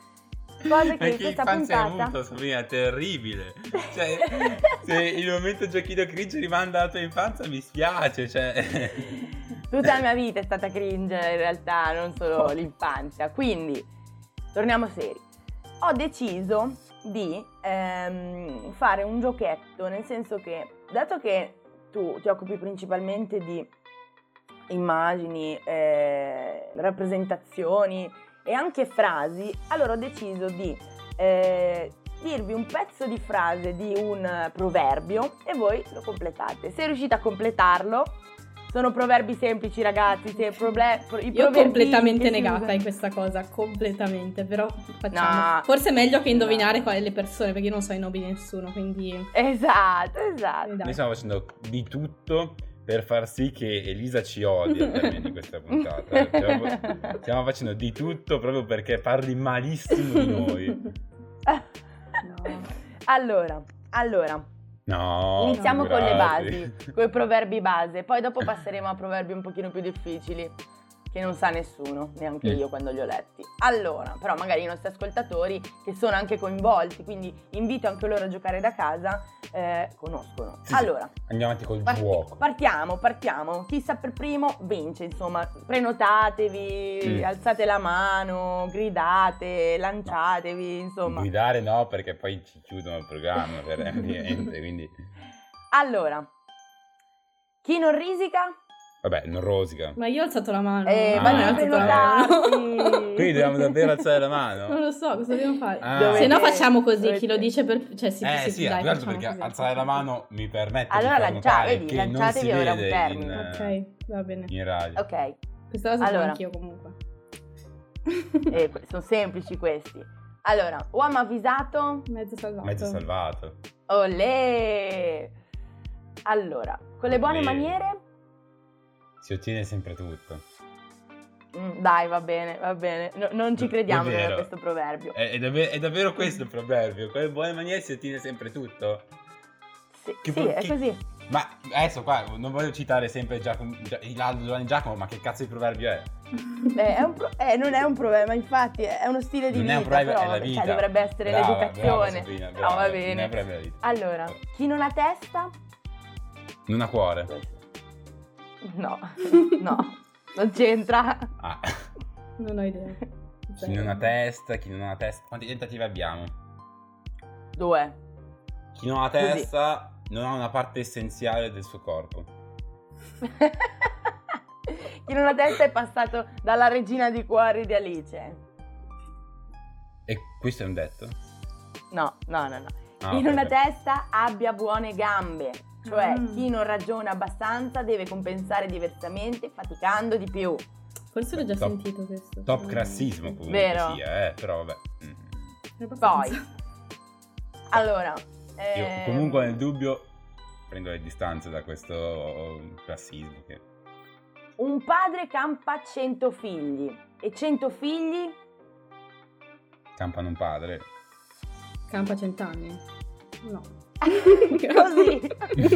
cose che in questa infanzia hai puntata... avuto, Sabrina, terribile. Cioè, se il momento giochino cringe rimanda alla tua infanzia mi spiace, cioè... Tutta la mia vita è stata cringe in realtà, non solo l'infanzia. Quindi, torniamo seri. Ho deciso di ehm, fare un giochetto, nel senso che, dato che tu ti occupi principalmente di immagini, eh, rappresentazioni e anche frasi, allora ho deciso di eh, dirvi un pezzo di frase di un proverbio e voi lo completate. Se riuscite a completarlo, sono proverbi semplici, ragazzi, se proble- i Io proverbi completamente che si negata usano- in questa cosa, completamente, però facciamo. No. Forse è meglio che indovinare quali le persone, perché io non so i nomi di nessuno, quindi... Esatto, esatto. Noi stiamo facendo di tutto per far sì che Elisa ci odi al termine di questa puntata. Stiamo, stiamo facendo di tutto proprio perché parli malissimo di noi. Allora, allora, No, iniziamo con le figurati. basi, con i proverbi base, poi dopo passeremo a proverbi un pochino più difficili, che non sa nessuno, neanche Mm. io quando li ho letti. Allora, però magari i nostri ascoltatori, che sono anche coinvolti, quindi invito anche loro a giocare da casa, eh, conoscono. Sì, sì. Allora, Andiamo avanti col Parti- gioco. Partiamo, partiamo. Chi sa per primo vince, insomma. Prenotatevi, Mm. alzate la mano, gridate, lanciatevi, insomma. Guidare no, perché poi ci chiudono il programma per niente, quindi... Allora, chi non risica Vabbè, non rosica. Ma io ho alzato la mano. Eh, Ah. ma non ho non alzato la mano. prenotarti. Quindi dobbiamo davvero alzare la Non mano? lo so, cosa dobbiamo fare? Ah. Se no Dovete- facciamo così, dovete- chi lo dice per... Cioè, sì, Eh sì, sì, dai, più che altro facciamo perché così. alzare la mano mi permette Allora di far lancia- notare vedi, che non si lanciatevi ora un vede termine. in, Ok, va bene. in radio. Ok, Questa cosa Allora. fa anch'io comunque. eh, que- sono semplici questi. Allora, uomo avvisato, Mezzo salvato. Mezzo salvato. olè. Allora, con le buone Olè. maniere, Si ottiene sempre tutto. mm, dai, va bene, va bene. No- non ci crediamo noi a Davvero? questo proverbio. È, è davvero, è davvero questo il proverbio. Con le buone maniere si ottiene sempre tutto. Sì, Che sì, vo- è che- così. Ma adesso qua non voglio citare sempre Giacomo, Gia- Ilaldo, Giovanni Giacomo, ma che cazzo di proverbio è? Eh, è un pro- eh, non è un problema, infatti, è uno stile di Non è vita, un proverbio, però è la vabbè, vita. cioè, dovrebbe essere Brava, l'educazione. brava, Sabrina, No, brava, va non bene. è proprio la vita. Allora, chi non ha testa? Non ha cuore. No, no, non c'entra. Ah. Non ho idea. Chi non ha testa, chi non ha testa. Quanti tentativi abbiamo? Due. Chi non ha Così. testa non ha una parte essenziale del suo corpo. Chi non ha testa è passato dalla regina di cuori di Alice. E questo è un detto? No, no, no, no. Ah, Chi ok, non ha ok. testa abbia buone gambe. Cioè, Mm. chi non ragiona abbastanza deve compensare diversamente, faticando di più. Forse l'ho già Top- sentito questo. Top Mm. classismo comunque Vero. sia, eh, però vabbè. Mm. È abbastanza. Poi, allora, Io ehm, comunque nel dubbio prendo le distanze da questo classismo che... un padre campa cento figli e cento figli campano un padre. Campa cent'anni? No. così.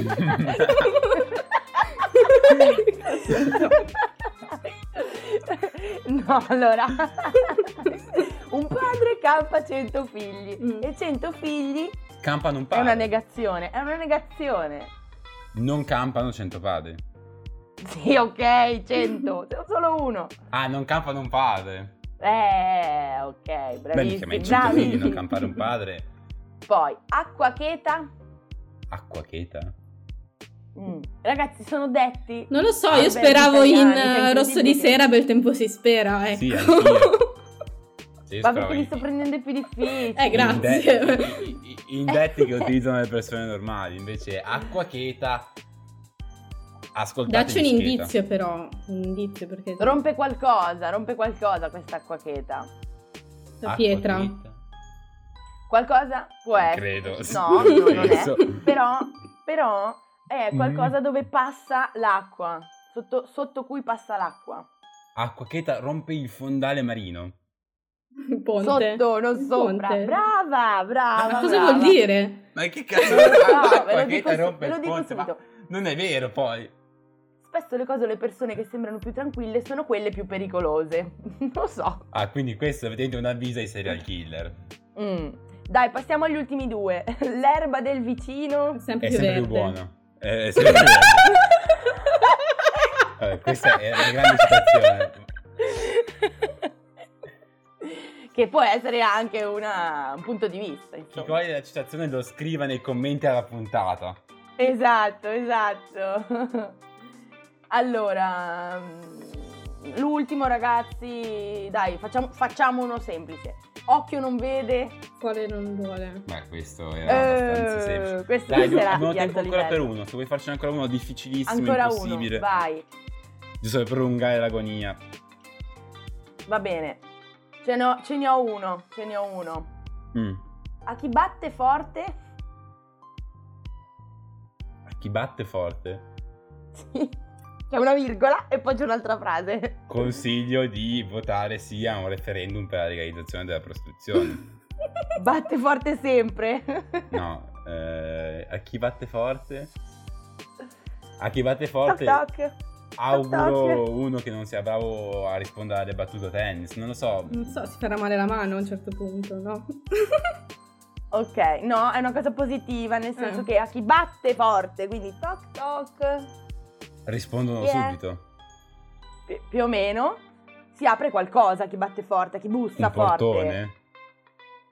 No, allora, un padre campa cento figli Mm. e cento figli Campano un è padre. una negazione, è una negazione. Non campano cento padri. Sì, ok, cento, solo uno. Ah, non campano un padre. Eh, ok, Beh, mica, ma bravissimi, in cento figli non bravi. campare un padre. Poi, acqua cheta. Acqua cheta. Mm. Ragazzi, sono detti. Non lo so, Ah, io beh, speravo gli in italiani, cioè, eh, Rosso di incredibile che- sera, bel tempo si spera, ecco. Sì, anch'io. Sì, io Ma speravo perché li in- sto prendendo i più difficili? Eh, grazie. In, de- i- i- in detti che utilizzano le persone normali. Invece acqua cheta. Ascoltate Dacci un Mischeta. indizio però, un indizio perché... Rompe qualcosa, rompe qualcosa questa acqua cheta. La Acqua pietra. cheta. Qualcosa può essere. Credo. No, no, non è. Penso. Però, però è Mm. qualcosa dove passa l'acqua. Sotto, sotto cui passa l'acqua. Acqua cheta rompe il fondale marino. Un ponte. Sotto, non Un sopra. ponte. Brava, brava. Ma cosa brava. vuol dire? Ma che cazzo? Non lo so, ve Acqua lo dico, cheta su- rompe ve lo il dico ponte, ma subito. non è vero poi. Spesso le cose, le persone che sembrano più tranquille sono quelle più pericolose. Non lo so. Ah, quindi questo è vedete un avviso ai serial killer. Mm. Dai, passiamo agli ultimi due. L'erba del vicino. Sempre È più sempre verde. più buono. È, è sempre più verde. Vabbè, questa è una grande citazione. Che può essere anche una- un punto di vista, Chi insomma. coglie la citazione lo scriva nei commenti alla puntata. Esatto, esatto. Allora, mm, l'ultimo ragazzi, dai, facciamo, facciamo uno semplice. Occhio non vede. Quale non vuole? Beh, questo era abbastanza Eh, semplice. questo Dai, sarà abbiamo di tempo alto ancora per livello. uno. Se vuoi farcene ancora uno difficilissimo, Ancora impossibile. uno, vai. Giusto per prolungare l'agonia. Va bene. Ce ne ho, ce ne ho uno, ce ne ho uno. Mm. A chi batte forte? A chi batte forte? Sì. C'è una virgola e poi c'è un'altra frase. Consiglio di votare sì a un referendum per la legalizzazione della prostituzione. Batte forte sempre. No, eh, a chi batte forte? A chi batte forte Toc toc. auguro toc. uno che non sia bravo a rispondere alle battute tennis. Non lo so. Non so, si farà male la mano a un certo punto, no? Ok, no, è una cosa positiva, nel senso Eh. che a chi batte forte, quindi toc toc, Rispondono Chi è? subito. pi- più o meno, si apre qualcosa a chi batte forte, a chi bussa Un forte. portone?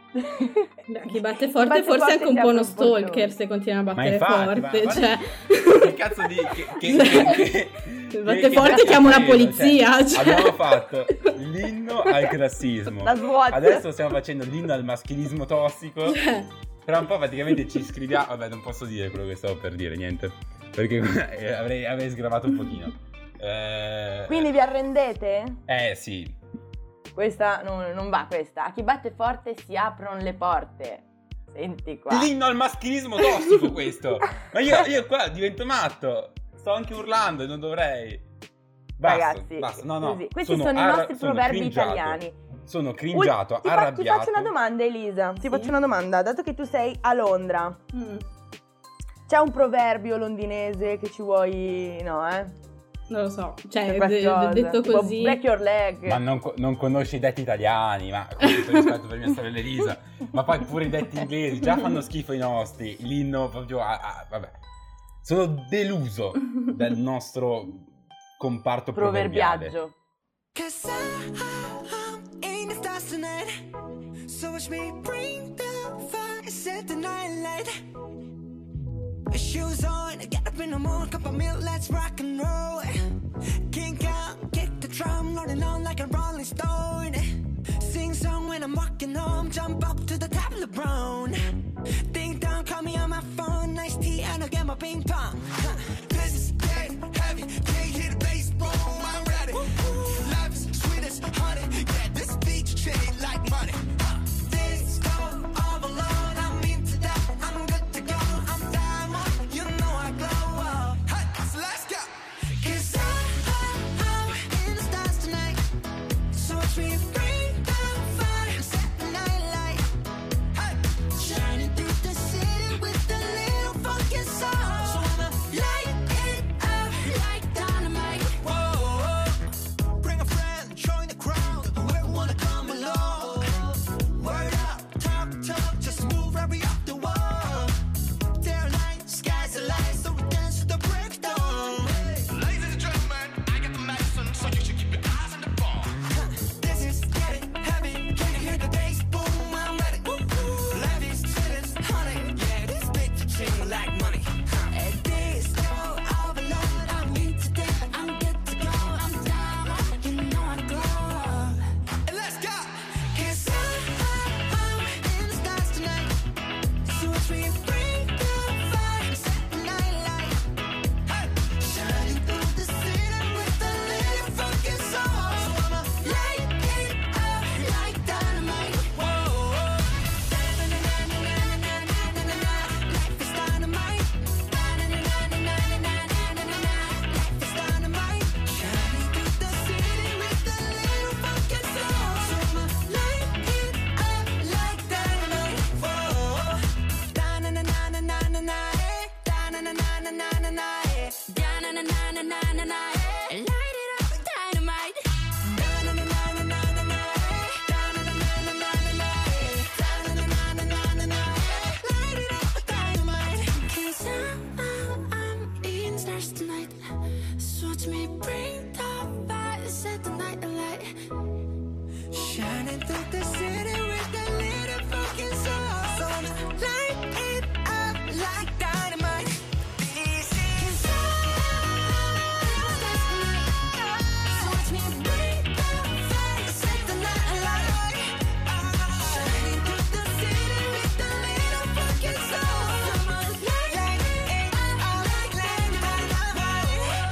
Beh, chi batte forte batte forse forte è anche un si po' uno apre un portone. stalker se continua a Ma battere infatti, ma- forte. ma- Cioè, che cazzo di... Che, che, che, che, batte che forte, cazzo chiamo la è quello? polizia. Cioè. Abbiamo fatto l'inno al classismo. La SWAT. Adesso stiamo facendo l'inno al maschilismo tossico. Cioè, Tra un po' praticamente ci scriviamo. Vabbè, non posso dire quello che stavo per dire, niente. Perché eh, avrei, avrei sgravato un pochino. Eh, Quindi vi arrendete? Eh sì. Questa non, non va questa. A chi batte forte si aprono le porte. Senti qua. L'inno al maschilismo tossico questo. Ma io, io qua divento matto. Sto anche urlando e non dovrei. Basta, Ragazzi, basta. No, no. così. Questi sono sono, arra- i nostri sono proverbi cringiato. italiani. Sono cringiato, Ul- ti, fa- arrabbiato. ti faccio una domanda, Elisa. Ti faccio una domanda. Dato che tu sei a Londra, mm, c'è un proverbio londinese che ci vuoi... No, eh? non lo so. Cioè, Per queste de- cose. detto Tipo, così. break your leg. Ma non, co- non conosci i detti italiani, ma con tutto rispetto per mia sorella Elisa, ma poi pure i detti inglesi, già fanno schifo i nostri, l'inno proprio, a- a- vabbè. Sono deluso del nostro comparto proverbiale. Proverbiaggio. Cause I'm in the stars tonight. So watch me bring the fire, set the night light. Shoes on, get up in the morning, cup of milk, let's rock and roll. Kink out, kick the drum, rolling on like a rolling stone. Sing song when I'm walking home, jump up to the top of the brown. Ding dong, call me on my phone, nice tea and I'll get my ping pong. This is getting heavy, can't hear the bass, boom, I'm ready. Life is sweet as honey, yeah, this beach chain like money. This go all alone, I'm into that, I'm good to go, I'm diamond, you know I glow up. Hey, so let's go. Cause I, I'm in the stars tonight, so watch me bring the fire, set the night light. Hey, shining through the city with a little funky soul. So I'ma light it up like dynamite. Whoa, bring a friend, join the crowd, whoever wanna come along. Word up, talk, talk, just move right up the wall. They're light, skies are light, so we dance to the breakdown. Ladies and gentlemen, I got the medicine, so you should keep your eyes on the ball. This is getting heavy, can you hear the bass? Boom, I'm ready. Life is sweet as honey, yeah, this bitch chain like money. And this go all alone, I'm into that, I'm good to go, I'm down, you know I glow. And let's go, cause I'm in the stars tonight, so watch me bring the fire, set the night light. Hey, shining through the city with a little funky soul. So I'ma light it up like dynamite. Whoa, na-na-na-na-na-na-na-na-na-na. Life is dynamite. Na-na-na-na-na-na-na-na-na. Life is dynamite. Shining through the city with a little funky soul. So I'ma light it up like dynamite. Whoa, da-na-na-na-na-na-na-na. Da-na-na-na-na-na-na. Da-na-na-na-na-na-na. Light it up like dynamite. Da-na-na-na-na-na-na. Da-na-na-na-na-na-na. Da-na-na-na-na-na-na. Light it up like dynamite. 'Cause I'm, I'm in the stars tonight. So watch me bring the fire, set the night alight. Shining through the city with a little fucking soul. So I'ma light it up like dynamite. This is so watch me bring the fire, set the night alight. Shining through the city with a little fucking soul. So I'ma light it up like dynamite.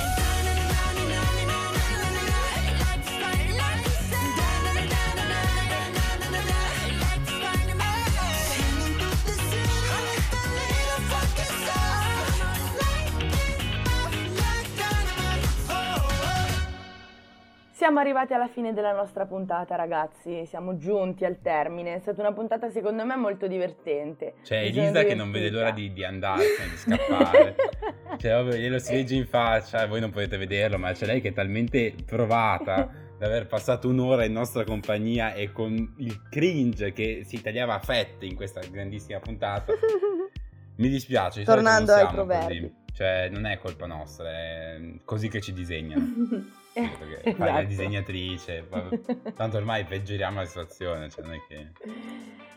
Siamo arrivati alla fine della nostra puntata, ragazzi. Siamo giunti al termine. È stata una puntata, secondo me, molto divertente. C'è Mi sono Elisa che non vede divertita. l'ora di, di andarsene, di scappare. Cioè, ovvio, glielo si legge in faccia, voi non potete vederlo, ma c'è lei che è talmente provata di aver passato un'ora in nostra compagnia e con il cringe che si tagliava a fette in questa grandissima puntata. Mi dispiace, di solito Tornando non ai siamo proverbi. così. Cioè, non è colpa nostra, è così che ci disegnano. Perché fai la Esatto. disegnatrice, poi- tanto ormai peggioriamo la situazione, cioè non è che...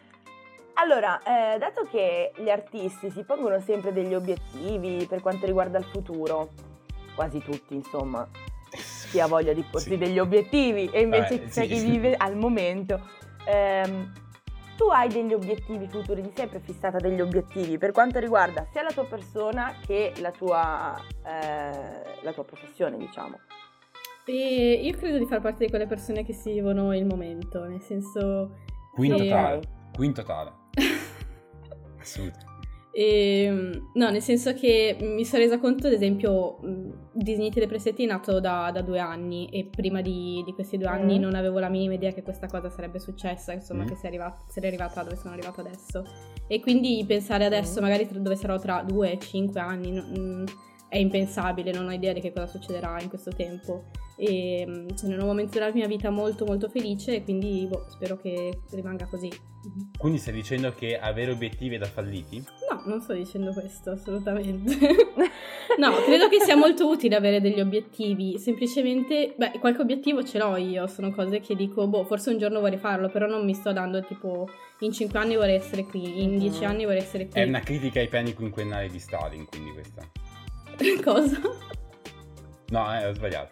Allora, eh, dato che gli artisti si pongono sempre degli obiettivi per quanto riguarda il futuro, quasi tutti insomma, chi ha voglia di porsi Sì. degli obiettivi e invece Eh, c'è sì. chi vive al momento. Ehm, tu hai degli obiettivi futuri, ti sei prefissata degli obiettivi per quanto riguarda sia la tua persona che la tua, eh, la tua professione, diciamo. E io credo di far parte di quelle persone che si vivono il momento, nel senso... Qui in che- totale. Qui in totale. Assolutamente. E, no, nel senso che mi sono resa conto, ad esempio, mh, Disegnati Depressetti è nato da, da due anni e prima di, di questi due anni Mm. non avevo la minima idea che questa cosa sarebbe successa, insomma, Mm. che sia arrivata, sarei arrivata dove sono arrivata adesso. E quindi pensare adesso, Mm. magari tra- dove sarò tra due, cinque anni, no- mh, è impensabile, non ho idea di che cosa succederà in questo tempo. E mh, sono in un momento della mia vita molto molto felice e quindi boh, spero che rimanga così. Mhm. Quindi stai dicendo che avere obiettivi è da falliti? No, non sto dicendo questo, assolutamente. No, credo che sia molto utile avere degli obiettivi, semplicemente, beh, qualche obiettivo ce l'ho io, sono cose che dico, boh, forse un giorno vorrei farlo, però non mi sto dando tipo, in cinque anni vorrei essere qui, in dieci anni vorrei essere qui. È una critica ai piani quinquennali di Stalin, quindi questa. Cosa? No, eh, ho sbagliato.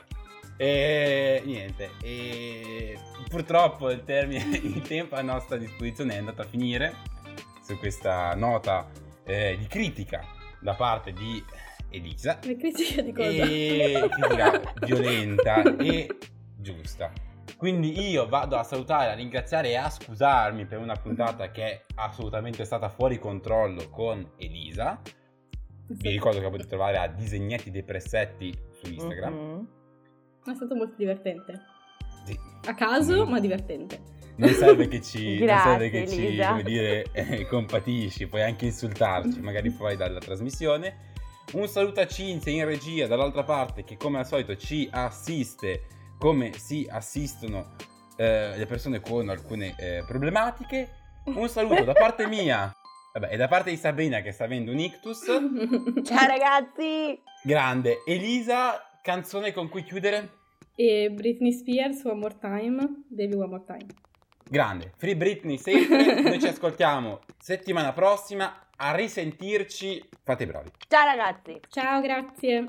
E niente, e purtroppo il termine, il tempo a nostra disposizione è andato a finire su questa nota eh, di critica da parte di Elisa. La critica di cosa? E critica violenta e giusta. Quindi io vado a salutare, a ringraziare e a scusarmi per una puntata che è assolutamente stata fuori controllo con Elisa. Vi ricordo che potete trovare a Disegnetti Depressetti su Instagram. Mhm. È stato molto divertente. Sì. A caso, Mm. ma divertente. Non serve che ci, non serve Grazie, che ci Elisa. come dire, eh, compatisci, puoi anche insultarci, magari fuori dalla trasmissione. Un saluto a Cinzia in regia dall'altra parte, che come al solito ci assiste come si assistono eh, le persone con alcune eh, problematiche. Un saluto da parte mia, vabbè, e da parte di Sabrina che sta avendo un ictus. Ciao ragazzi! Grande. Elisa, canzone con cui chiudere? E Britney Spears, One More Time, Baby One More Time. Grande, Free Britney sempre. Noi ci ascoltiamo settimana prossima. A risentirci. Fate i bravi. Ciao ragazzi! Ciao, grazie.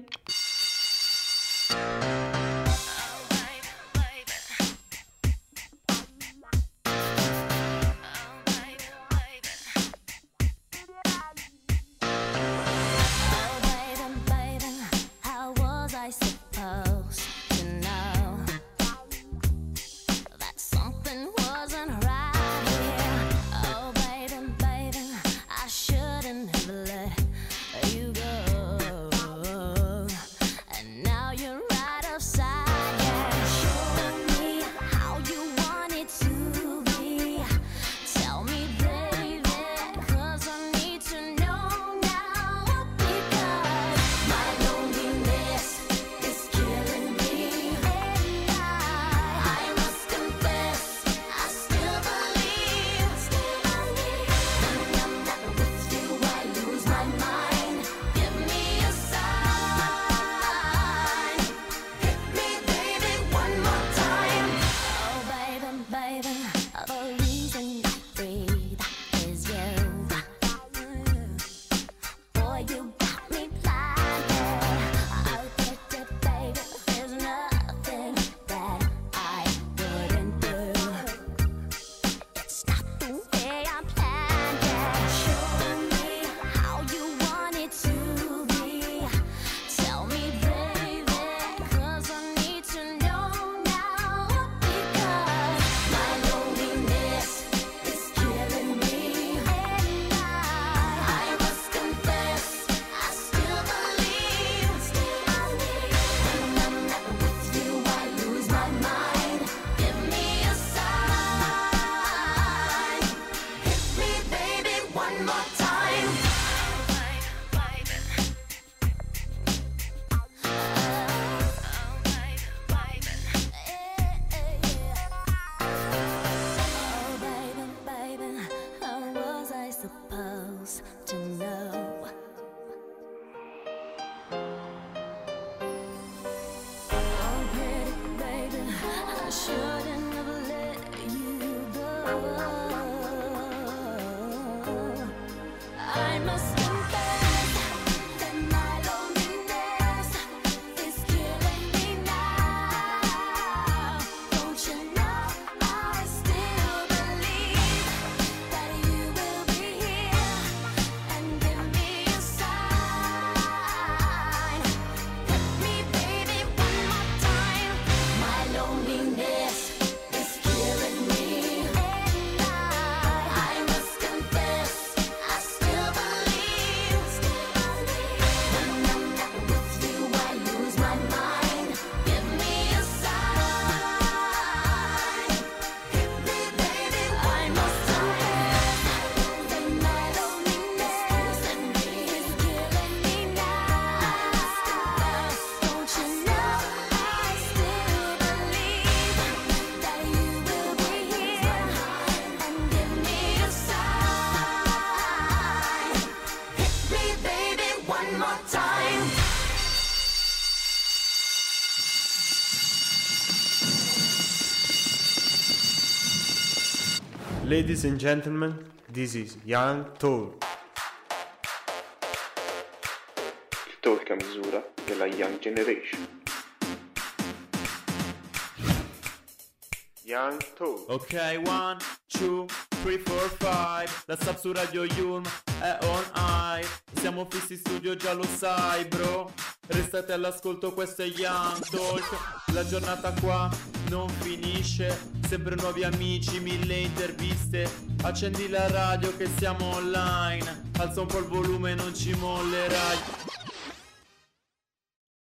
Oh, baby, baby, how was I supposed to know that something wasn't right here? Oh, baby, baby, I shouldn't have let you go. Ladies and gentlemen, this is Young Talk. Il talk a misura della Young Generation. Young Talk. Ok, one, two, three, four, five. La sub su Radio Yulm è on high. Siamo fissi in studio, già lo sai, bro. Restate all'ascolto, questo è Young Talk. La giornata qua non finisce. Sempre nuovi amici, mille interviste. Accendi la radio che siamo online. Alza un po' il volume, non ci mollerai.